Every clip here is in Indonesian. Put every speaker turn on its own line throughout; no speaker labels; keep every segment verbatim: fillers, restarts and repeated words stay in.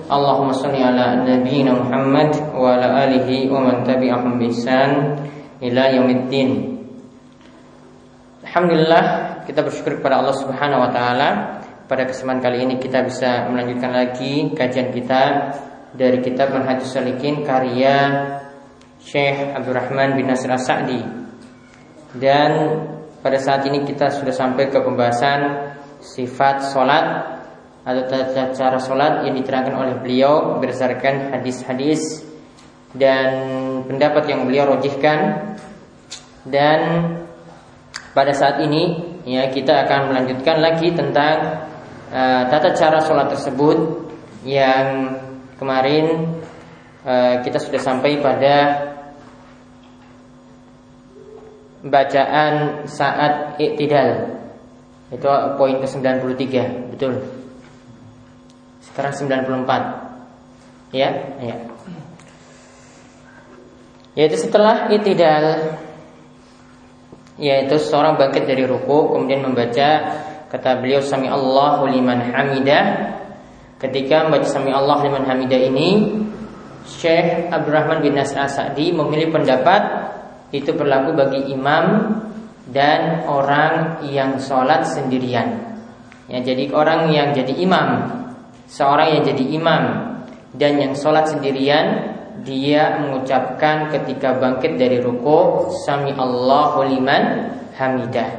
Allahumma shalli ala nabiyyina Muhammad wa ala alihi wa man tabi'ahum bi ihsan ila yaumiddin. Alhamdulillah, kita bersyukur kepada Allah Subhanahu wa taala. Pada kesempatan kali ini kita bisa melanjutkan lagi kajian kita dari kitab Manhajus Shalikin karya Syekh Abdurrahman bin Nasir As-Sa'di. Dan pada saat ini kita sudah sampai ke pembahasan sifat salat atau tata cara sholat yang diterangkan oleh beliau berdasarkan hadis-hadis dan pendapat yang beliau rojihkan. Dan pada saat ini ya kita akan melanjutkan lagi tentang uh, tata cara sholat tersebut yang kemarin uh, kita sudah sampai pada bacaan saat i'tidal. Itu poin ke sembilan puluh tiga, betul. Sekarang sembilan puluh empat. Ya, ya. Yaitu setelah i'tidal, yaitu seorang bangkit dari ruku kemudian membaca, kata beliau, sami Allahu liman hamidah. Ketika membaca sami Allah liman hamidah ini, Syekh Abdurrahman bin Nasir As-Sa'di memilih pendapat itu berlaku bagi imam dan orang yang sholat sendirian. Ya, jadi orang yang jadi imam, seorang yang jadi imam dan yang sholat sendirian, dia mengucapkan ketika bangkit dari ruku sami Allahu liman hamidah.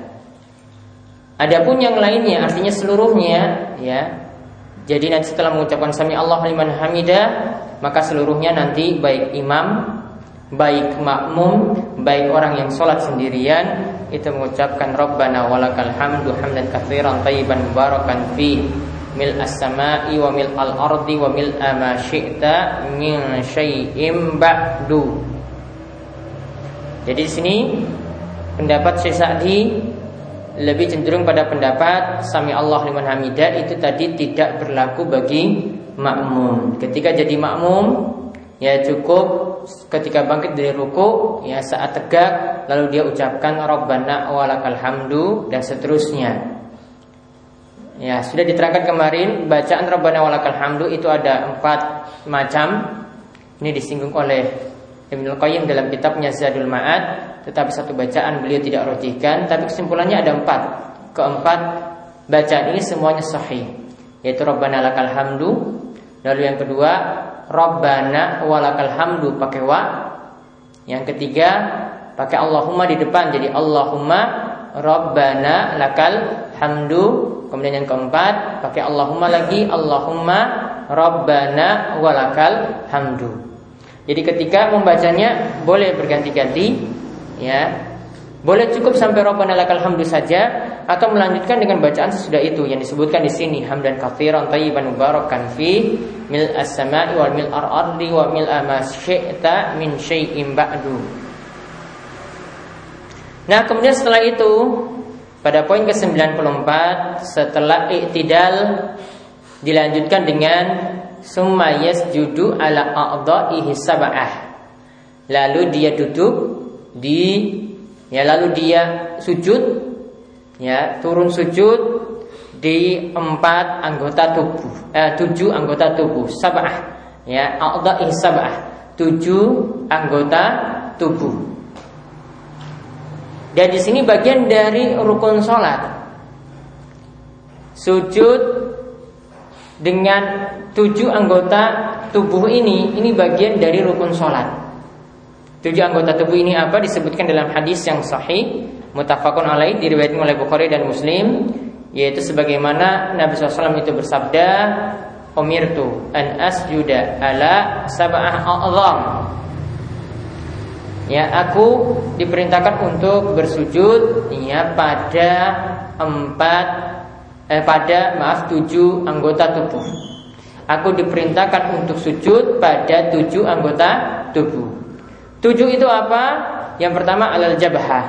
Adapun yang lainnya, artinya seluruhnya, ya. Jadi nanti setelah mengucapkan sami Allahu liman hamidah, maka seluruhnya nanti baik imam, baik makmum, baik orang yang sholat sendirian itu mengucapkan Rabbana walakal hamdu hamdan katsiran thayyiban mubarakan fi mil as-sama'i wa mil al-ardi wa mil ma syi'ta min syai'im ba'du. Jadi di sini pendapat Syekh Sa'di lebih cenderung pada pendapat sami Allah liman hamidah itu tadi tidak berlaku bagi makmum. Ketika jadi makmum, ya cukup ketika bangkit dari ruku, ya saat tegak lalu dia ucapkan Rabbana walakal hamdu dan seterusnya. Ya, sudah diterangkan kemarin bacaan Rabbana walakal hamdu itu ada empat macam. Ini disinggung oleh Ibnu Qayyim dalam kitabnya Zadul Ma'ad, tetapi satu bacaan beliau tidak rojihkan, tapi kesimpulannya ada empat. Keempat bacaan ini semuanya sahih, yaitu Rabbana lakal hamdu. Lalu yang kedua Rabbana walakal hamdu pakai wa. Yang ketiga pakai Allahumma di depan, jadi Allahumma Rabbana lakal hamdu. Kemudian yang keempat pakai Allahumma lagi, Allahumma Rabbana walakal hamdu. Jadi ketika membacanya boleh berganti-ganti, ya. Boleh cukup sampai Rabbana lakal hamdu saja atau melanjutkan dengan bacaan sesudah itu yang disebutkan di sini, hamdan katsiran thayyiban mubarakan fi mil as-sama'i wal mil al-ardi wa mil ma syi'ta min syai'im ba'du. Nah, kemudian setelah itu pada poin ke sembilan puluh empat, setelah i'tidal dilanjutkan dengan summa yasjudu ala a'dha'ihi sab'ah. Lalu dia duduk di ya lalu dia sujud, ya turun sujud di empat anggota tubuh, eh, tujuh anggota tubuh, sab'ah, ya a'dha'ihi sab'ah, tujuh anggota tubuh. Dan di sini bagian dari rukun sholat. Sujud dengan tujuh anggota tubuh ini, ini bagian dari rukun sholat. Tujuh anggota tubuh ini apa? Disebutkan dalam hadis yang sahih, muttafaqun alaih, diriwayatkan oleh Bukhari dan Muslim, yaitu sebagaimana Nabi shallallahu alaihi wasallam itu bersabda, umirtu an asjuda ala sab'ah a'dham. Ya, aku diperintahkan untuk bersujud ya pada empat eh, pada maaf tujuh anggota tubuh. Aku diperintahkan untuk sujud pada tujuh anggota tubuh. Tujuh itu apa? Yang pertama alal jabhah.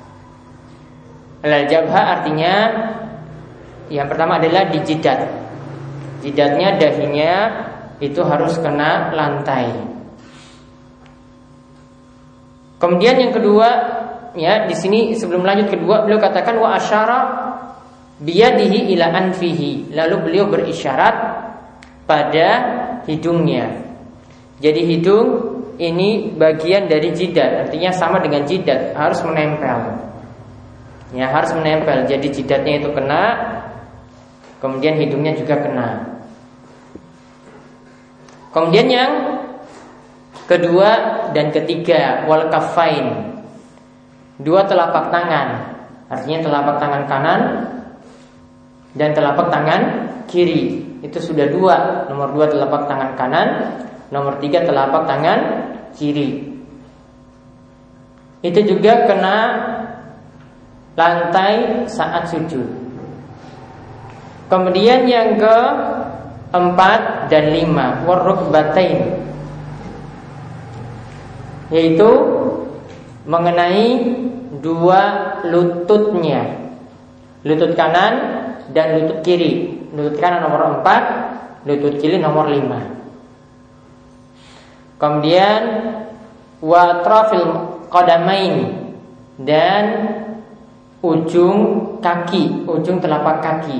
Alal jabhah artinya yang pertama adalah di jidat. Jidatnya, dahinya itu harus kena lantai. Kemudian yang kedua, ya di sini sebelum lanjut kedua beliau katakan wa asyara biyadihi ila anfihi. Lalu beliau berisyarat pada hidungnya. Jadi hidung ini bagian dari jidat, artinya sama dengan jidat, harus menempel. Ya, harus menempel. Jadi jidatnya itu kena, kemudian hidungnya juga kena. Kemudian yang kedua dan ketiga, wal kafain, dua telapak tangan, artinya telapak tangan kanan dan telapak tangan kiri. Itu sudah dua. Nomor dua telapak tangan kanan, nomor tiga telapak tangan kiri. Itu juga kena lantai saat sujud. Kemudian yang keempat dan lima, warrukbatain, yaitu mengenai dua lututnya, lutut kanan dan lutut kiri. Lutut kanan nomor empat, lutut kiri nomor lima. Kemudian watrafil qadamain, dan ujung kaki, ujung telapak kaki.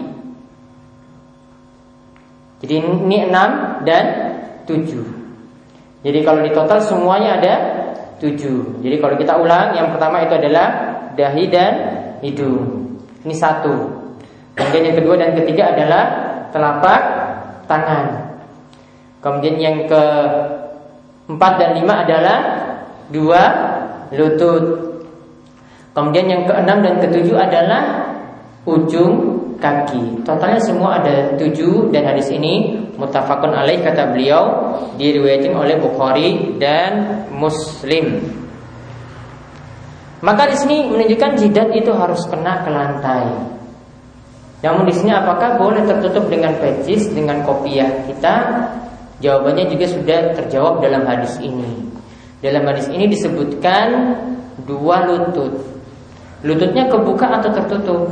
Jadi ini enam dan tujuh. Jadi kalau di total semuanya ada tujuh. Jadi kalau kita ulang, yang pertama itu adalah dahi dan hidung. Ini satu. Kemudian yang kedua dan ketiga adalah telapak tangan. Kemudian yang keempat dan lima adalah dua lutut. Kemudian yang keenam dan ketujuh adalah ujung kaki. Totalnya semua ada tujuh, dan hadis ini muttafaqun alaih, kata beliau, diriwayatkan oleh Bukhari dan Muslim. Maka di sini menunjukkan jidat itu harus kena ke lantai. Namun di sini apakah boleh tertutup dengan peci, dengan kopiah kita? Jawabannya juga sudah terjawab dalam hadis ini. Dalam hadis ini disebutkan dua lutut. Lututnya kebuka atau tertutup?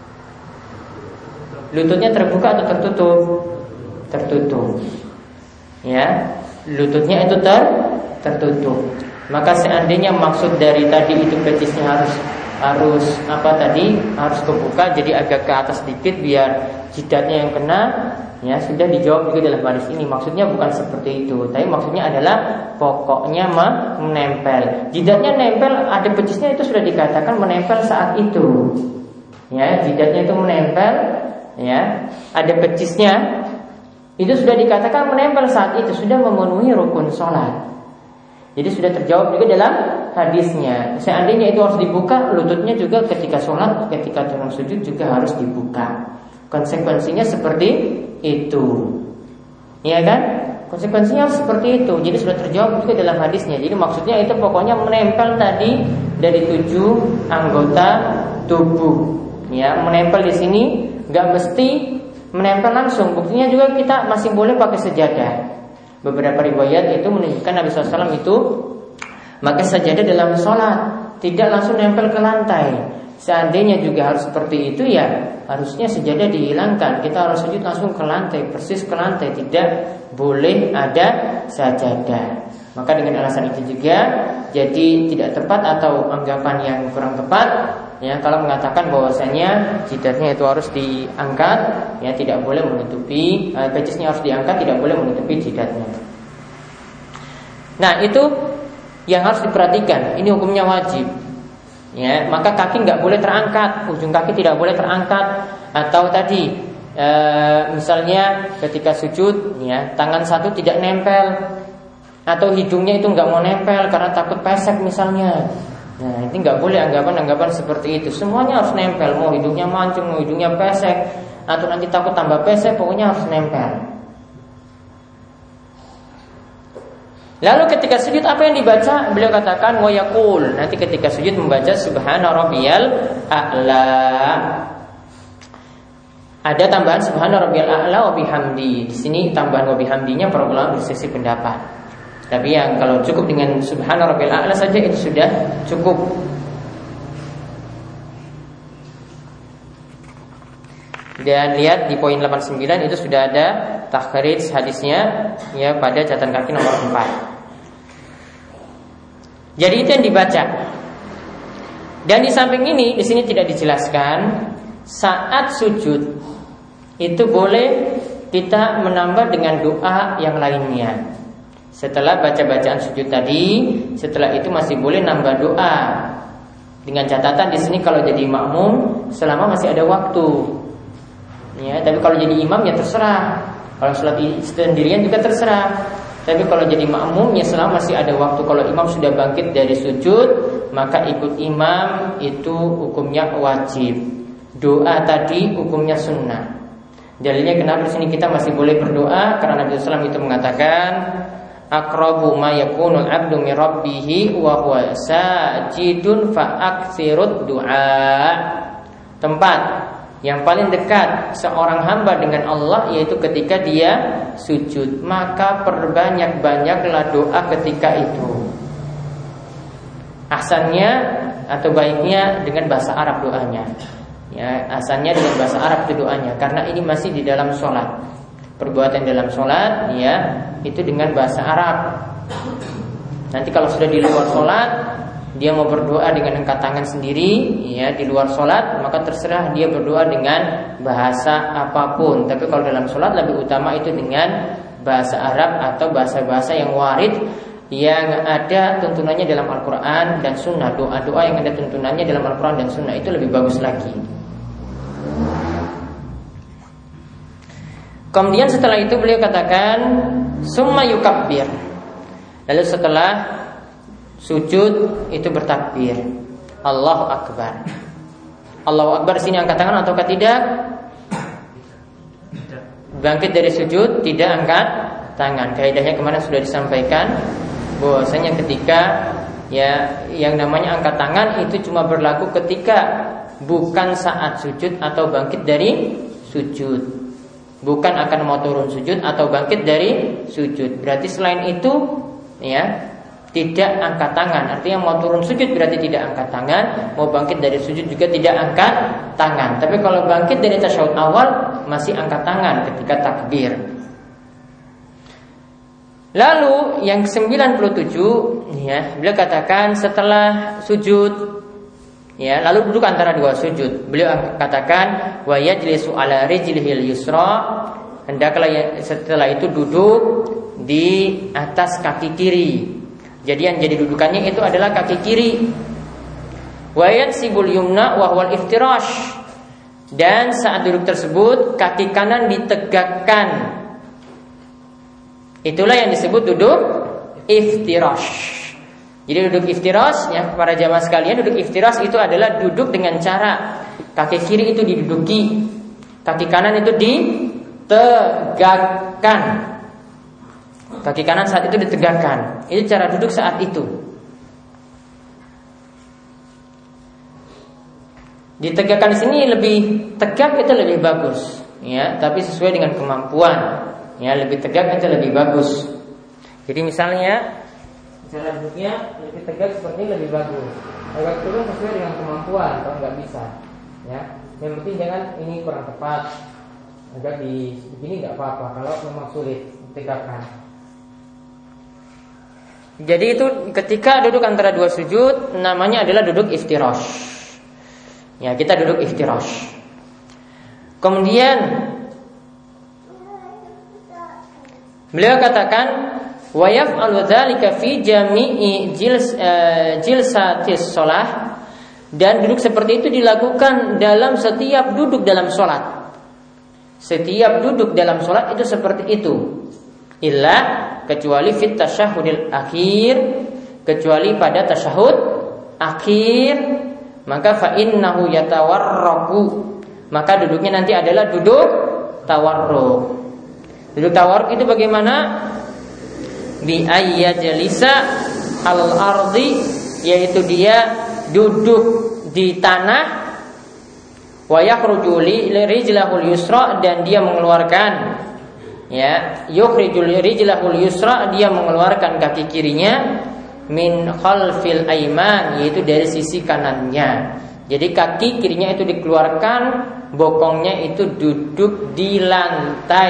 Lututnya terbuka atau tertutup? Tertutup. Ya, lututnya itu ter tertutup. Maka seandainya maksud dari tadi itu pecisnya harus harus apa tadi harus kebuka, jadi agak ke atas sedikit biar jidatnya yang kena, ya sudah dijawab juga dalam hadis ini. Maksudnya bukan seperti itu, tapi maksudnya adalah pokoknya menempel. Jidatnya nempel, ada pecisnya, itu sudah dikatakan menempel saat itu. Ya, jidatnya itu menempel, ya, ada pecisnya, itu sudah dikatakan menempel saat itu, sudah memenuhi rukun sholat. Jadi sudah terjawab juga dalam hadisnya. Seandainya itu harus dibuka, lututnya juga ketika sholat, ketika turun sujud juga harus dibuka. Konsekuensinya seperti itu, ya kan? Konsekuensinya harus seperti itu. Jadi sudah terjawab juga dalam hadisnya. Jadi maksudnya itu pokoknya menempel tadi dari tujuh anggota tubuh. Ya, menempel di sini nggak mesti menempel langsung. Buktinya juga kita masih boleh pakai sejadah. Beberapa riwayat itu menunjukkan Nabi shallallahu alaihi wasallam itu maka sajadah dalam sholat, tidak langsung nempel ke lantai. Seandainya juga harus seperti itu, ya harusnya sajadah dihilangkan. Kita harus sujud langsung ke lantai, persis ke lantai, tidak boleh ada sajadah. Maka dengan alasan itu juga jadi tidak tepat atau anggapan yang kurang tepat, ya, kalau mengatakan bahwasanya jidatnya itu harus diangkat, ya tidak boleh menutupi, eh, pecisnya harus diangkat, tidak boleh menutupi jidatnya. Nah, itu yang harus diperhatikan. Ini hukumnya wajib. Ya, maka kaki nggak boleh terangkat, ujung kaki tidak boleh terangkat. Atau tadi, e, misalnya ketika sujud, ya tangan satu tidak nempel, atau hidungnya itu nggak mau nempel karena takut pesek misalnya. Nah, ini nggak boleh anggapan-anggapan seperti itu. Semuanya harus nempel, mau hidungnya mancung, mau hidungnya pesek, atau nanti takut tambah pesek, pokoknya harus nempel. Lalu ketika sujud apa yang dibaca? Beliau katakan wa yaqul. Nanti ketika sujud membaca subhana rabbiyal a'la. Ada tambahan subhana rabbiyal a'la wa bihamdi. Di sini tambahan wa bihamdinya para ulama berselisih pendapat. Tapi yang kalau cukup dengan subhana rabbiyal a'la saja itu sudah cukup. Dan lihat di poin delapan puluh sembilan itu sudah ada takhrij hadisnya, ya, pada catatan kaki nomor empat. Jadi itu yang dibaca. Dan di samping ini di sini tidak dijelaskan saat sujud itu boleh kita menambah dengan doa yang lainnya. Setelah baca bacaan sujud tadi, setelah itu masih boleh nambah doa. Dengan catatan di sini kalau jadi makmum selama masih ada waktu. Ya, tapi kalau jadi imam ya terserah. Kalau sholat sendirian juga terserah. Tapi kalau jadi makmum ya selama masih ada waktu. Kalau imam sudah bangkit dari sujud, maka ikut imam itu hukumnya wajib. Doa tadi hukumnya sunnah. Dalilnya kenapa di sini kita masih boleh berdoa? Karena Nabi sallallahu alaihi wasallam itu mengatakan, aqrabu ma yakunul 'abdu min rabbih wa huwa sajidun fa aktsirud du'a. Tempat yang paling dekat seorang hamba dengan Allah yaitu ketika dia sujud, maka perbanyak-banyaklah doa ketika itu. Ahsannya atau baiknya dengan bahasa Arab doanya. Ya, asalnya dengan bahasa Arab itu doanya, karena ini masih di dalam sholat. Perbuatan dalam sholat, ya, itu dengan bahasa Arab. Nanti kalau sudah di luar sholat, dia mau berdoa dengan angkat tangan sendiri, ya, di luar sholat, maka terserah dia berdoa dengan bahasa apapun. Tapi kalau dalam sholat lebih utama itu dengan bahasa Arab atau bahasa-bahasa yang warid, yang ada tuntunannya dalam Al-Quran dan Sunnah. Doa-doa yang ada tuntunannya dalam Al-Quran dan Sunnah itu lebih bagus lagi. Kemudian setelah itu beliau katakan summa yukabbir. Lalu setelah sujud itu bertakbir, Allahu Akbar. Allahu Akbar sini angkat tangan ataukah tidak? Bangkit dari sujud tidak angkat tangan. Kaidahnya kemarin sudah disampaikan bahwasanya ketika ya yang namanya angkat tangan itu cuma berlaku ketika bukan saat sujud atau bangkit dari sujud. Bukan akan mau turun sujud atau bangkit dari sujud. Berarti selain itu ya tidak angkat tangan. Artinya mau turun sujud berarti tidak angkat tangan, mau bangkit dari sujud juga tidak angkat tangan. Tapi kalau bangkit dari tasyahud awal masih angkat tangan ketika takbir. Lalu yang sembilan puluh tujuh ya, beliau katakan setelah sujud ya, lalu duduk antara dua sujud. Beliau katakan wa yajlisu ala rijlihil yusra, hendaklah setelah itu duduk di atas kaki kiri. Jadi yang jadi dudukannya itu adalah kaki kiri. Wa yansibul yumna wa huwal iftirash, dan saat duduk tersebut kaki kanan ditegakkan. Itulah yang disebut duduk iftirash. Jadi duduk iftirash ya, para jamaah sekalian, duduk iftirash itu adalah duduk dengan cara kaki kiri itu diduduki, kaki kanan itu ditegakkan. Kaki kanan saat itu ditegakkan. Itu cara duduk saat itu. Ditegakkan di sini lebih tegak itu lebih bagus, ya, tapi sesuai dengan kemampuan. Ya, lebih tegak itu lebih bagus. Jadi misalnya cara duduknya lebih tegak seperti ini lebih bagus. Agak turun sesuai dengan kemampuan kalau nggak bisa. Ya, yang penting jangan ini kurang tepat. Agak di begini nggak apa-apa kalau memang sulit ditegakkan. Jadi itu ketika duduk antara dua sujud namanya adalah duduk iftirash. Ya, kita duduk iftirash. Kemudian beliau katakan wa yaf'alu dzalika fi jami'i jils uh, jilsatis shalah, dan duduk seperti itu dilakukan dalam setiap duduk dalam salat. Setiap duduk dalam salat itu seperti itu. Illa kecuali fit tasyahhudil akhir, kecuali pada tasyahud akhir, maka fa innahu yatawarraku, maka duduknya nanti adalah duduk tawarruk. Duduk tawarruk itu bagaimana? Bi ayyajlisa al-ardi, yaitu dia duduk di tanah, wa yakhruju li rijlahul yusra, dan dia mengeluarkan ya yukhrijul rijlahul yusra, dia mengeluarkan kaki kirinya min khalfil aiman, yaitu dari sisi kanannya. Jadi kaki kirinya itu dikeluarkan, bokongnya itu duduk di lantai.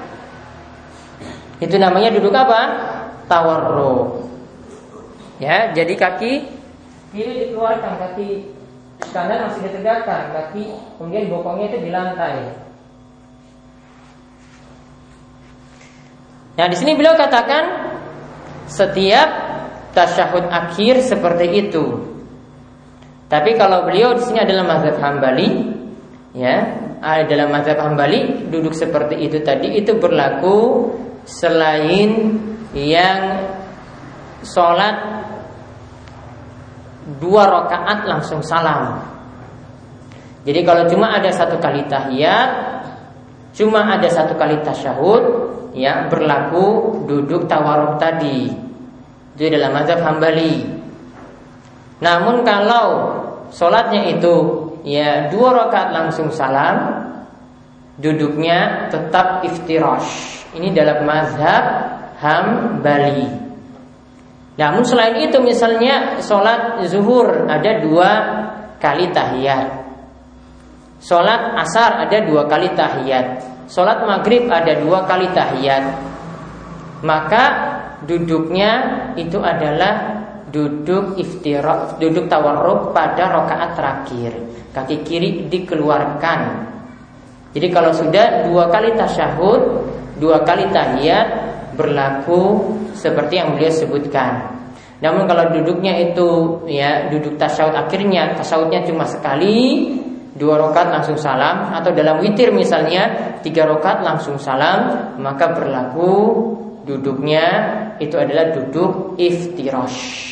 Itu namanya duduk apa? Tawarruk. Ya, jadi kaki kiri dikeluarkan, kaki kanan masih ditegakkan, kaki kemudian bokongnya itu di lantai. Nah, di sini beliau katakan setiap tasyahud akhir seperti itu. Tapi kalau beliau di sini adalah mazhab Hambali, ya, dalam mazhab Hambali duduk seperti itu tadi itu berlaku selain yang sholat dua rakaat langsung salam. Jadi kalau cuma ada satu kali tahiyat, cuma ada satu kali tasyahud, ya berlaku duduk tawarruk tadi. Itu dalam mazhab Hambali. Namun kalau sholatnya itu ya dua rakaat langsung salam, duduknya tetap iftirash. Ini dalam mazhab Hambali. Namun selain itu misalnya sholat zuhur ada dua kali tahiyat, sholat asar ada dua kali tahiyat, sholat maghrib ada dua kali tahiyat, maka duduknya itu adalah duduk iftirah, duduk tawarruk pada rakaat terakhir. Kaki kiri dikeluarkan. Jadi kalau sudah dua kali tasyahud, dua kali tahiyat, berlaku seperti yang beliau sebutkan. Namun kalau duduknya itu ya duduk tasyahud akhirnya, tasyahudnya cuma sekali, dua rakaat langsung salam, atau dalam witir misalnya tiga rakaat langsung salam, maka berlaku duduknya itu adalah duduk iftirash.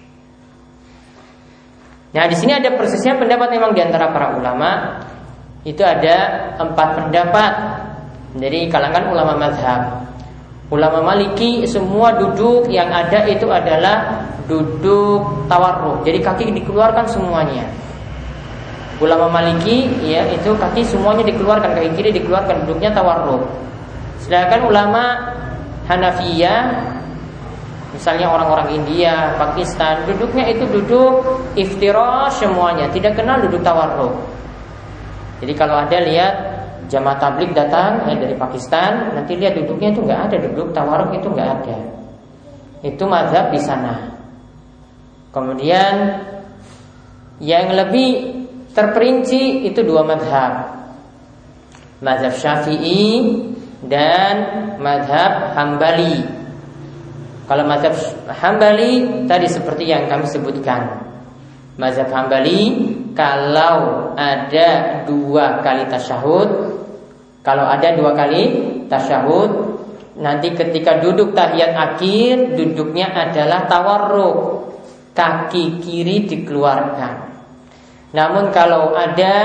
Nah, di sini ada persisnya pendapat memang di antara para ulama. Itu ada empat pendapat dari kalangan ulama mazhab. Ulama Maliki semua duduk yang ada itu adalah duduk tawarruk. Jadi kaki dikeluarkan semuanya. Ulama Maliki ya itu kaki semuanya dikeluarkan, kaki kiri dikeluarkan, duduknya tawarruk. Sedangkan ulama Hanafiyah, misalnya orang-orang India, Pakistan, duduknya itu duduk iftirash semuanya, tidak kenal duduk tawarruk. Jadi kalau ada lihat jamaah tabligh datang ya, dari Pakistan, nanti lihat duduknya itu nggak ada, duduk tawarruk itu nggak ada. Itu mazhab di sana. Kemudian yang lebih terperinci itu dua mazhab, mazhab Syafi'i dan mazhab Hambali. Kalau mazhab Hambali tadi seperti yang kami sebutkan, mazhab Hambali kalau ada dua kali tasyahud, kalau ada dua kali tasyahud, nanti ketika duduk tahiyat akhir, duduknya adalah tawarruk, kaki kiri dikeluarkan. Namun kalau ada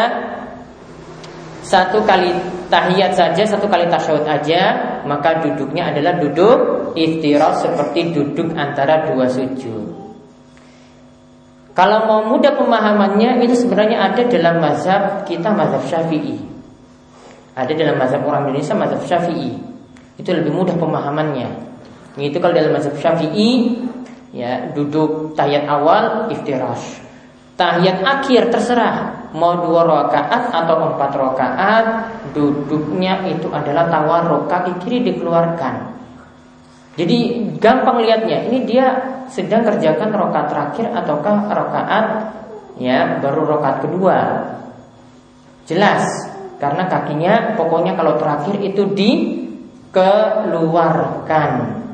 satu kali tahiyat saja, satu kali tasyahud aja, maka duduknya adalah duduk iftirash seperti duduk antara dua sujud. Kalau mau mudah pemahamannya, itu sebenarnya ada dalam mazhab kita, mazhab Syafi'i. Ada dalam mazhab orang Indonesia, mazhab Syafi'i. Itu lebih mudah pemahamannya. Itu kalau dalam mazhab Syafi'i, ya duduk tahiyat awal iftirash, tahiyat akhir terserah mau dua rakaat atau empat rakaat, duduknya itu adalah tawarruk, kaki kiri dikeluarkan. Jadi gampang lihatnya, ini dia sedang kerjakan rakaat terakhir ataukah rakaat ya baru rakaat kedua. Jelas karena kakinya pokoknya kalau terakhir itu dikeluarkan.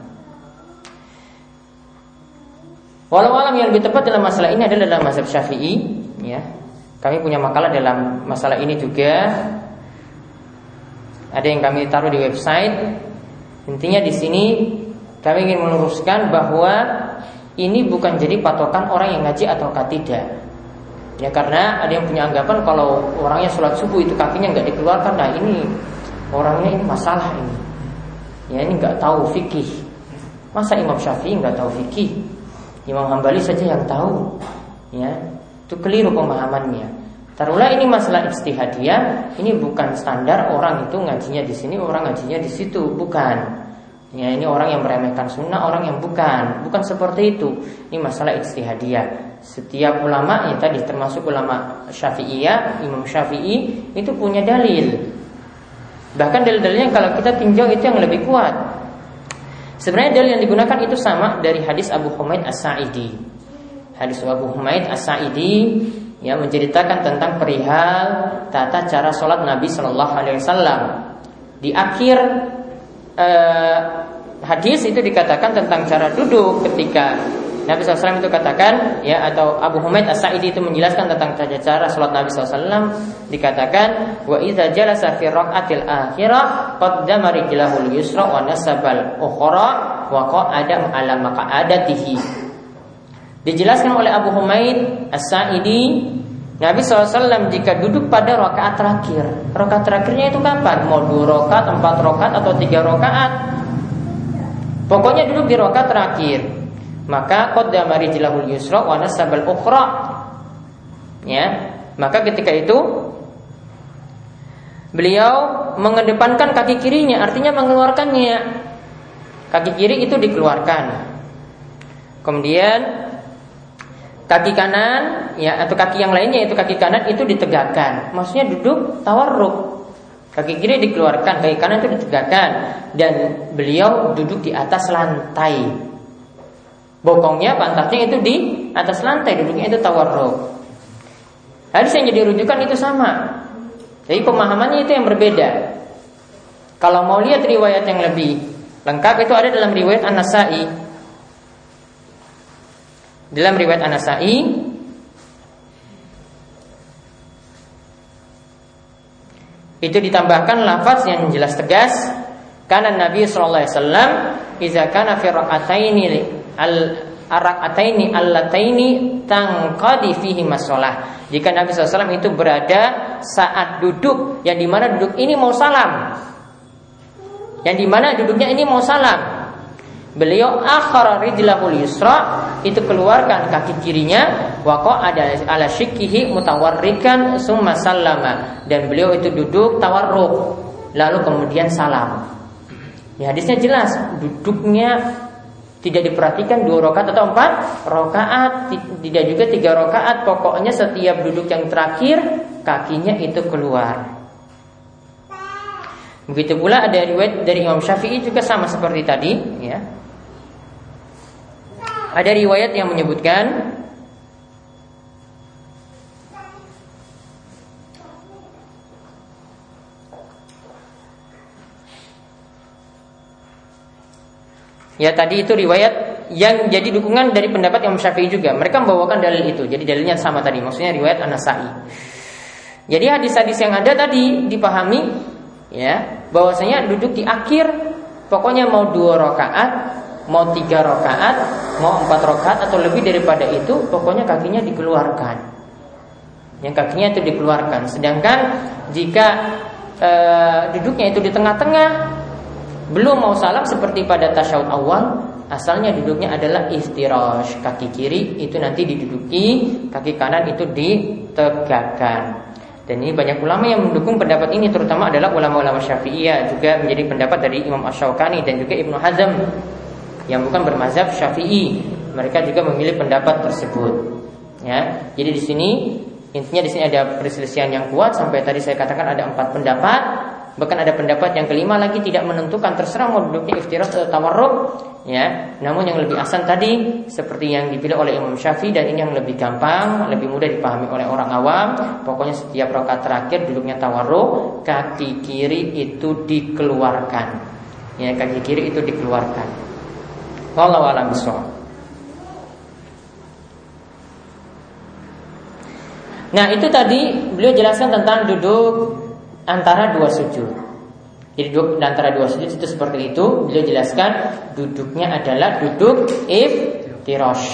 Walau alam yang lebih tepat dalam masalah ini adalah dalam mazhab Syafi'i, ya. Kami punya makalah dalam masalah ini juga. Ada yang kami taruh di website. Intinya di sini kami ingin meluruskan bahwa ini bukan jadi patokan orang yang ngaji ataukah tidak. Ya karena ada yang punya anggapan kalau orangnya sholat subuh itu kakinya nggak dikeluarkan, nah ini orangnya ini masalah ini. Ya ini nggak tahu fikih. Masa Imam Syafi'i nggak tahu fikih? Imam Hambali saja yang tahu. Ya itu keliru pemahamannya. Taruhlah ini masalah ijtihadiyah, ini bukan standar orang itu ngajinya di sini, orang ngajinya di situ, bukan. Ya ini orang yang meremehkan sunnah, orang yang bukan, bukan seperti itu. Ini masalah ijtihadiyah. Setiap ulama ya tadi termasuk ulama Syafi'iyah, Imam Syafi'i itu punya dalil. Bahkan dalil-dalilnya kalau kita tinjau itu yang lebih kuat. Sebenarnya dalil yang digunakan itu sama dari hadis Abu Humaid As-Sa'idi. Hadis Abu Humaid As-Sa'idi yang menceritakan tentang perihal tata cara sholat Nabi Shallallahu Alaihi Wasallam. Di akhir eh, hadis itu dikatakan tentang cara duduk ketika Nabi shallallahu alaihi wasallam itu katakan, ya, atau Abu Humaid As-Sa'idi itu menjelaskan tentang cara salat Nabi shallallahu alaihi wasallam, dikatakan wa idza jalasa fi raq'atil akhirah qaddama rijlahul yusra wa nasabal ukhra wa qa'ada ala maq'adatihi. Dijelaskan oleh Abu Humaid As-Sa'idi, Nabi shallallahu alaihi wasallam jika duduk pada rakaat terakhir, rakaat terakhirnya itu kapan? Mau dua rakaat, empat rakaat atau tiga rakaat? Pokoknya duduk di rakaat terakhir. Maka qaddama rijlahul yusra wa nasabal ukhra. Ya, maka ketika itu beliau mengedepankan kaki kirinya, artinya mengeluarkannya. Kaki kiri itu dikeluarkan. Kemudian kaki kanan, ya, atau kaki yang lainnya itu kaki kanan itu ditegakkan. Maksudnya duduk tawarruk. Kaki kiri dikeluarkan, kaki kanan itu ditegakkan, dan beliau duduk di atas lantai. Bokongnya, pantatnya itu di atas lantai, duduknya itu tawarruk. Hadis yang jadi rujukan itu sama. Jadi pemahamannya itu yang berbeda. Kalau mau lihat riwayat yang lebih lengkap itu ada dalam riwayat An-Nasa'i. Dalam riwayat An-Nasa'i itu ditambahkan lafaz yang jelas tegas, karena Nabi sallallahu alaihi wasallam idza kana fi ra'ataini al-ra'ataini allataini tanqadi fihi masalah. Jika Nabi sallallahu alaihi wasallam itu berada saat duduk yang dimana duduk ini mau salam, yang dimana duduknya ini mau salam, beliau akhara rijlahul yusra, itu keluarkan kaki kirinya, waqa ada ala shikhihi mutawarrikan summa sallama, dan beliau itu duduk tawarruk lalu kemudian salam. Ya, hadisnya jelas, duduknya tidak diperhatikan dua rakaat atau empat rakaat, tidak juga tiga rakaat, pokoknya setiap duduk yang terakhir kakinya itu keluar. Begitu pula ada riwayat dari Imam Syafi'i juga sama seperti tadi, ya. Ada riwayat yang menyebutkan ya, tadi itu riwayat yang jadi dukungan dari pendapat Imam Syafi'i juga. Mereka membawakan dalil itu. Jadi dalilnya sama tadi, maksudnya riwayat An-Nasa'i. Jadi hadis-hadis yang ada tadi dipahami, ya, bahwasanya duduk di akhir, pokoknya mau dua rakaat, mau tiga rakaat, mau empat rakaat atau lebih daripada itu, pokoknya kakinya dikeluarkan. Yang kakinya itu dikeluarkan. Sedangkan jika e, duduknya itu di tengah-tengah, belum mau salam seperti pada tasyahud awal, asalnya duduknya adalah iftirash, kaki kiri itu nanti diduduki, kaki kanan itu ditegakkan. Dan ini banyak ulama yang mendukung pendapat ini, terutama adalah ulama-ulama Syafi'iyah, juga menjadi pendapat dari Imam Asy-Syaukani dan juga Ibnu Hazm yang bukan bermazhab Syafi'i. Mereka juga memilih pendapat tersebut. Ya, jadi di sini intinya di sini ada perselisihan yang kuat, sampai tadi saya katakan ada empat pendapat. Bahkan ada pendapat yang kelima lagi tidak menentukan, terserah mau duduknya iftirash atau tawarruk, ya. Namun yang lebih asan tadi seperti yang dipilih oleh Imam Syafi'i, dan ini yang lebih gampang, lebih mudah dipahami oleh orang awam. Pokoknya setiap rakaat terakhir duduknya tawarruk, kaki kiri itu dikeluarkan. Ya, kaki kiri itu dikeluarkan. Wallahu a'lam bishawab. Nah, itu tadi beliau jelaskan tentang duduk antara dua sujud. Jadi duduk antara dua sujud itu seperti itu. Beliau jelaskan duduknya adalah duduk iftirash.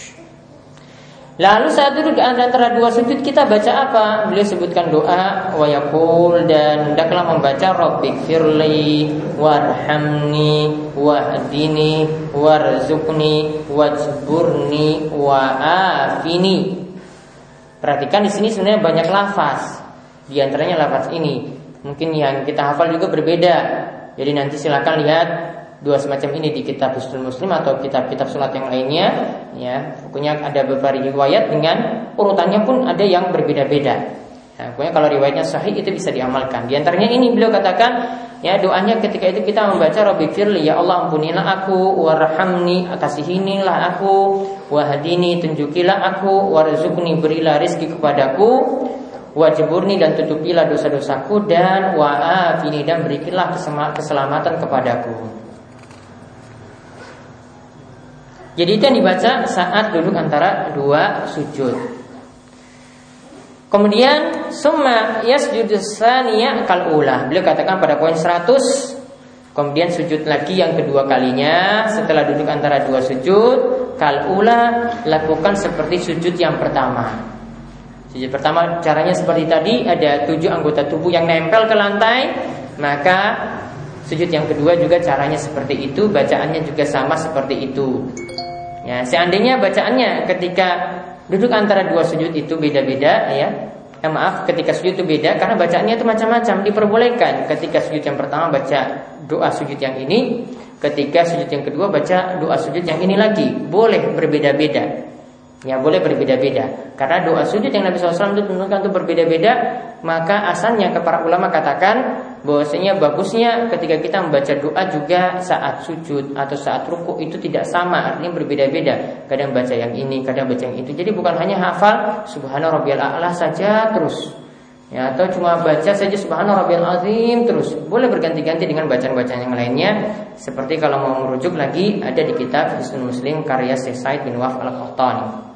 Lalu saat duduk antara dua sujud kita baca apa? Beliau sebutkan doa wa yaqul, dan hendaklah membaca rabbighfirli warhamni wahdini warzuqni wajburni wa'afini. Perhatikan di sini sebenarnya banyak lafaz. Di antaranya lafaz ini. Mungkin yang kita hafal juga berbeda. Jadi nanti silakan lihat dua semacam ini di kitab Husnul Muslim atau kitab-kitab salat yang lainnya, ya. Pokoknya ada beberapa riwayat dengan urutannya pun ada yang berbeda-beda. Nah, pokoknya kalau riwayatnya sahih itu bisa diamalkan. Di antaranya ini beliau katakan, ya, doanya ketika itu kita membaca rabbighfirli, ya Allah ampunilah aku, warhamni, kasihinilah aku, wahdini, tunjukilah aku, warzuqni, berilah rizki kepadaku, wajburni, dan tutupilah dosa-dosaku, dan wa'afini, dan berikanlah keselamatan kepadaku. Jadi itu yang dibaca saat duduk antara dua sujud. Kemudian summa yasjudu tsaniya kal ula. Beliau katakan pada poin seratus, kemudian sujud lagi yang kedua kalinya setelah duduk antara dua sujud kal ula, lakukan seperti sujud yang pertama. Sujud pertama caranya seperti tadi, ada tujuh anggota tubuh yang nempel ke lantai, maka sujud yang kedua juga caranya seperti itu, bacaannya juga sama seperti itu. Ya, seandainya bacaannya ketika duduk antara dua sujud itu beda-beda, ya. Eh, maaf, ketika sujud itu beda karena bacaannya itu macam-macam, diperbolehkan. Ketika sujud yang pertama baca doa sujud yang ini, ketika sujud yang kedua baca doa sujud yang ini lagi, boleh berbeda-beda. Ya, boleh berbeda-beda. Karena doa sujud yang Nabi shallallahu alaihi wasallam itu menunjukkan itu berbeda-beda, maka asalnya ke para ulama katakan bahwasanya bagusnya ketika kita membaca doa juga saat sujud atau saat ruku itu tidak sama, artinya berbeda-beda. Kadang baca yang ini, kadang baca yang itu. Jadi bukan hanya hafal subhana rabbiyal a'la saja terus, ya, atau cuma baca saja subhana rabbiyal azim terus. Boleh berganti-ganti dengan bacaan-bacaan yang lainnya. Seperti kalau mau merujuk lagi, ada di kitab Hisnul Muslim karya Syekh Said bin Wahb Al-Qahtani.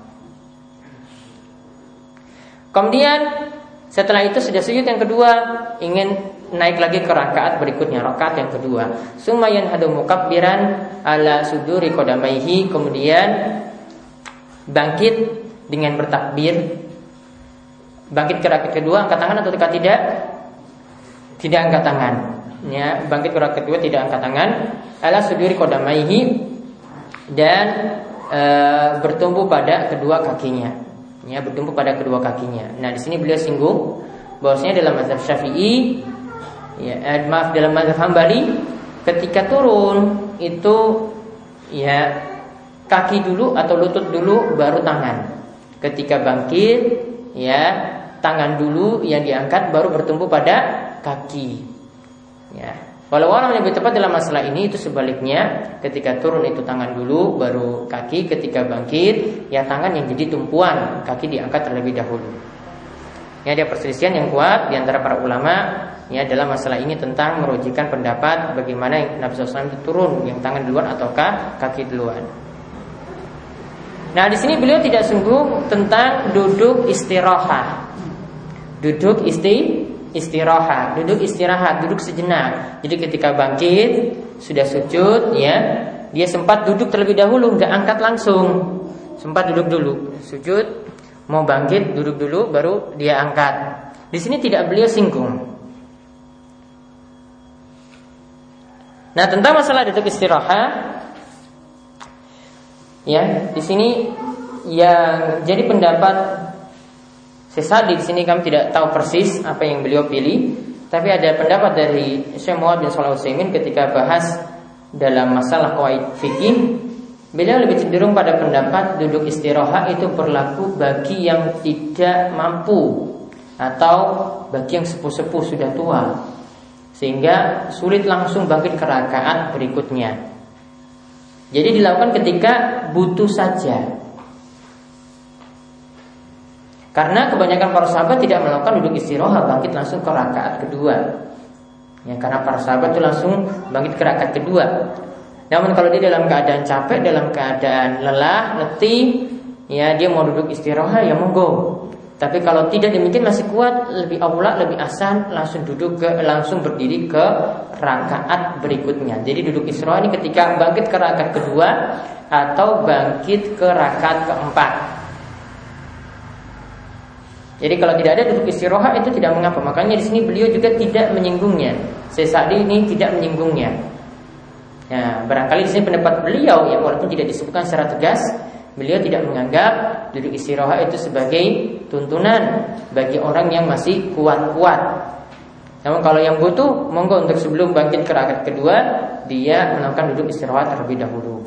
Kemudian setelah itu sudah sujud yang kedua, ingin naik lagi ke rakaat berikutnya, rakaat yang kedua. Sumayan hadu mukabbiran ala suduri qadamaihi, kemudian bangkit dengan bertakbir. Bangkit ke rakaat kedua, angkat tangan atau tidak? Tidak angkat tangan. Ya, bangkit ke rakaat kedua tidak angkat tangan. Ala suduri qadamaihi, dan e, bertumbuh pada kedua kakinya. Ya, bertumbuh pada kedua kakinya. Nah, di sini beliau singgung bahwasanya dalam mazhab Syafi'i, ya, eh, maaf dalam mazhab Hambali, ketika turun itu ya kaki dulu atau lutut dulu baru tangan. Ketika bangkit, ya tangan dulu yang diangkat baru bertumbuh pada kaki. Ya. Walau orang yang lebih tepat dalam masalah ini itu sebaliknya, ketika turun itu tangan dulu baru kaki, ketika bangkit ya tangan yang jadi tumpuan, kaki diangkat terlebih dahulu. Ya, ada perselisihan yang kuat di antara para ulama ya dalam masalah ini tentang merujikan pendapat bagaimana yang Nabi shallallahu alaihi wasallam itu turun, yang tangan duluan ataukah kaki duluan. Nah, di sini beliau tidak singgung tentang duduk istirahat. Duduk isti istirahat, duduk istirahat, duduk sejenak. Jadi ketika bangkit sudah sujud, ya dia sempat duduk terlebih dahulu, nggak angkat langsung, sempat duduk dulu, sujud, mau bangkit duduk dulu, baru dia angkat. Di sini tidak beliau singgung. Nah, tentang masalah duduk istirahat, ya di sini yang jadi pendapat Sisa di sini kami tidak tahu persis apa yang beliau pilih, tapi ada pendapat dari Syekh Muhammad bin Shalih Al-Utsaimin ketika bahas dalam masalah qawaid fikih, beliau lebih cenderung pada pendapat duduk istirahat itu berlaku bagi yang tidak mampu atau bagi yang sepuh-sepuh sudah tua, sehingga sulit langsung bangkit ke rakaat berikutnya. Jadi dilakukan ketika butuh saja. Karena kebanyakan para sahabat tidak melakukan duduk istirahat, bangkit langsung ke rakaat kedua. Ya, karena para sahabat itu langsung bangkit ke rakaat kedua. Namun kalau dia dalam keadaan capek, dalam keadaan lelah, letih, ya dia mau duduk istirahat ya monggo. Tapi kalau tidak demikian masih kuat, lebih aula, lebih asan langsung duduk ke langsung berdiri ke rakaat berikutnya. Jadi duduk istirahat ini ketika bangkit ke rakaat kedua atau bangkit ke rakaat keempat. Jadi kalau tidak ada duduk istirahat itu tidak mengapa. Makanya di sini beliau juga tidak menyinggungnya. Syekh Sa'di ini tidak menyinggungnya. Ya, barangkali di sini pendapat beliau ya walaupun tidak disebutkan secara tegas, beliau tidak menganggap duduk istirahat itu sebagai tuntunan bagi orang yang masih kuat-kuat. Namun kalau yang butuh, monggo untuk sebelum bangkit ke rakaat kedua dia melakukan duduk istirahat terlebih dahulu.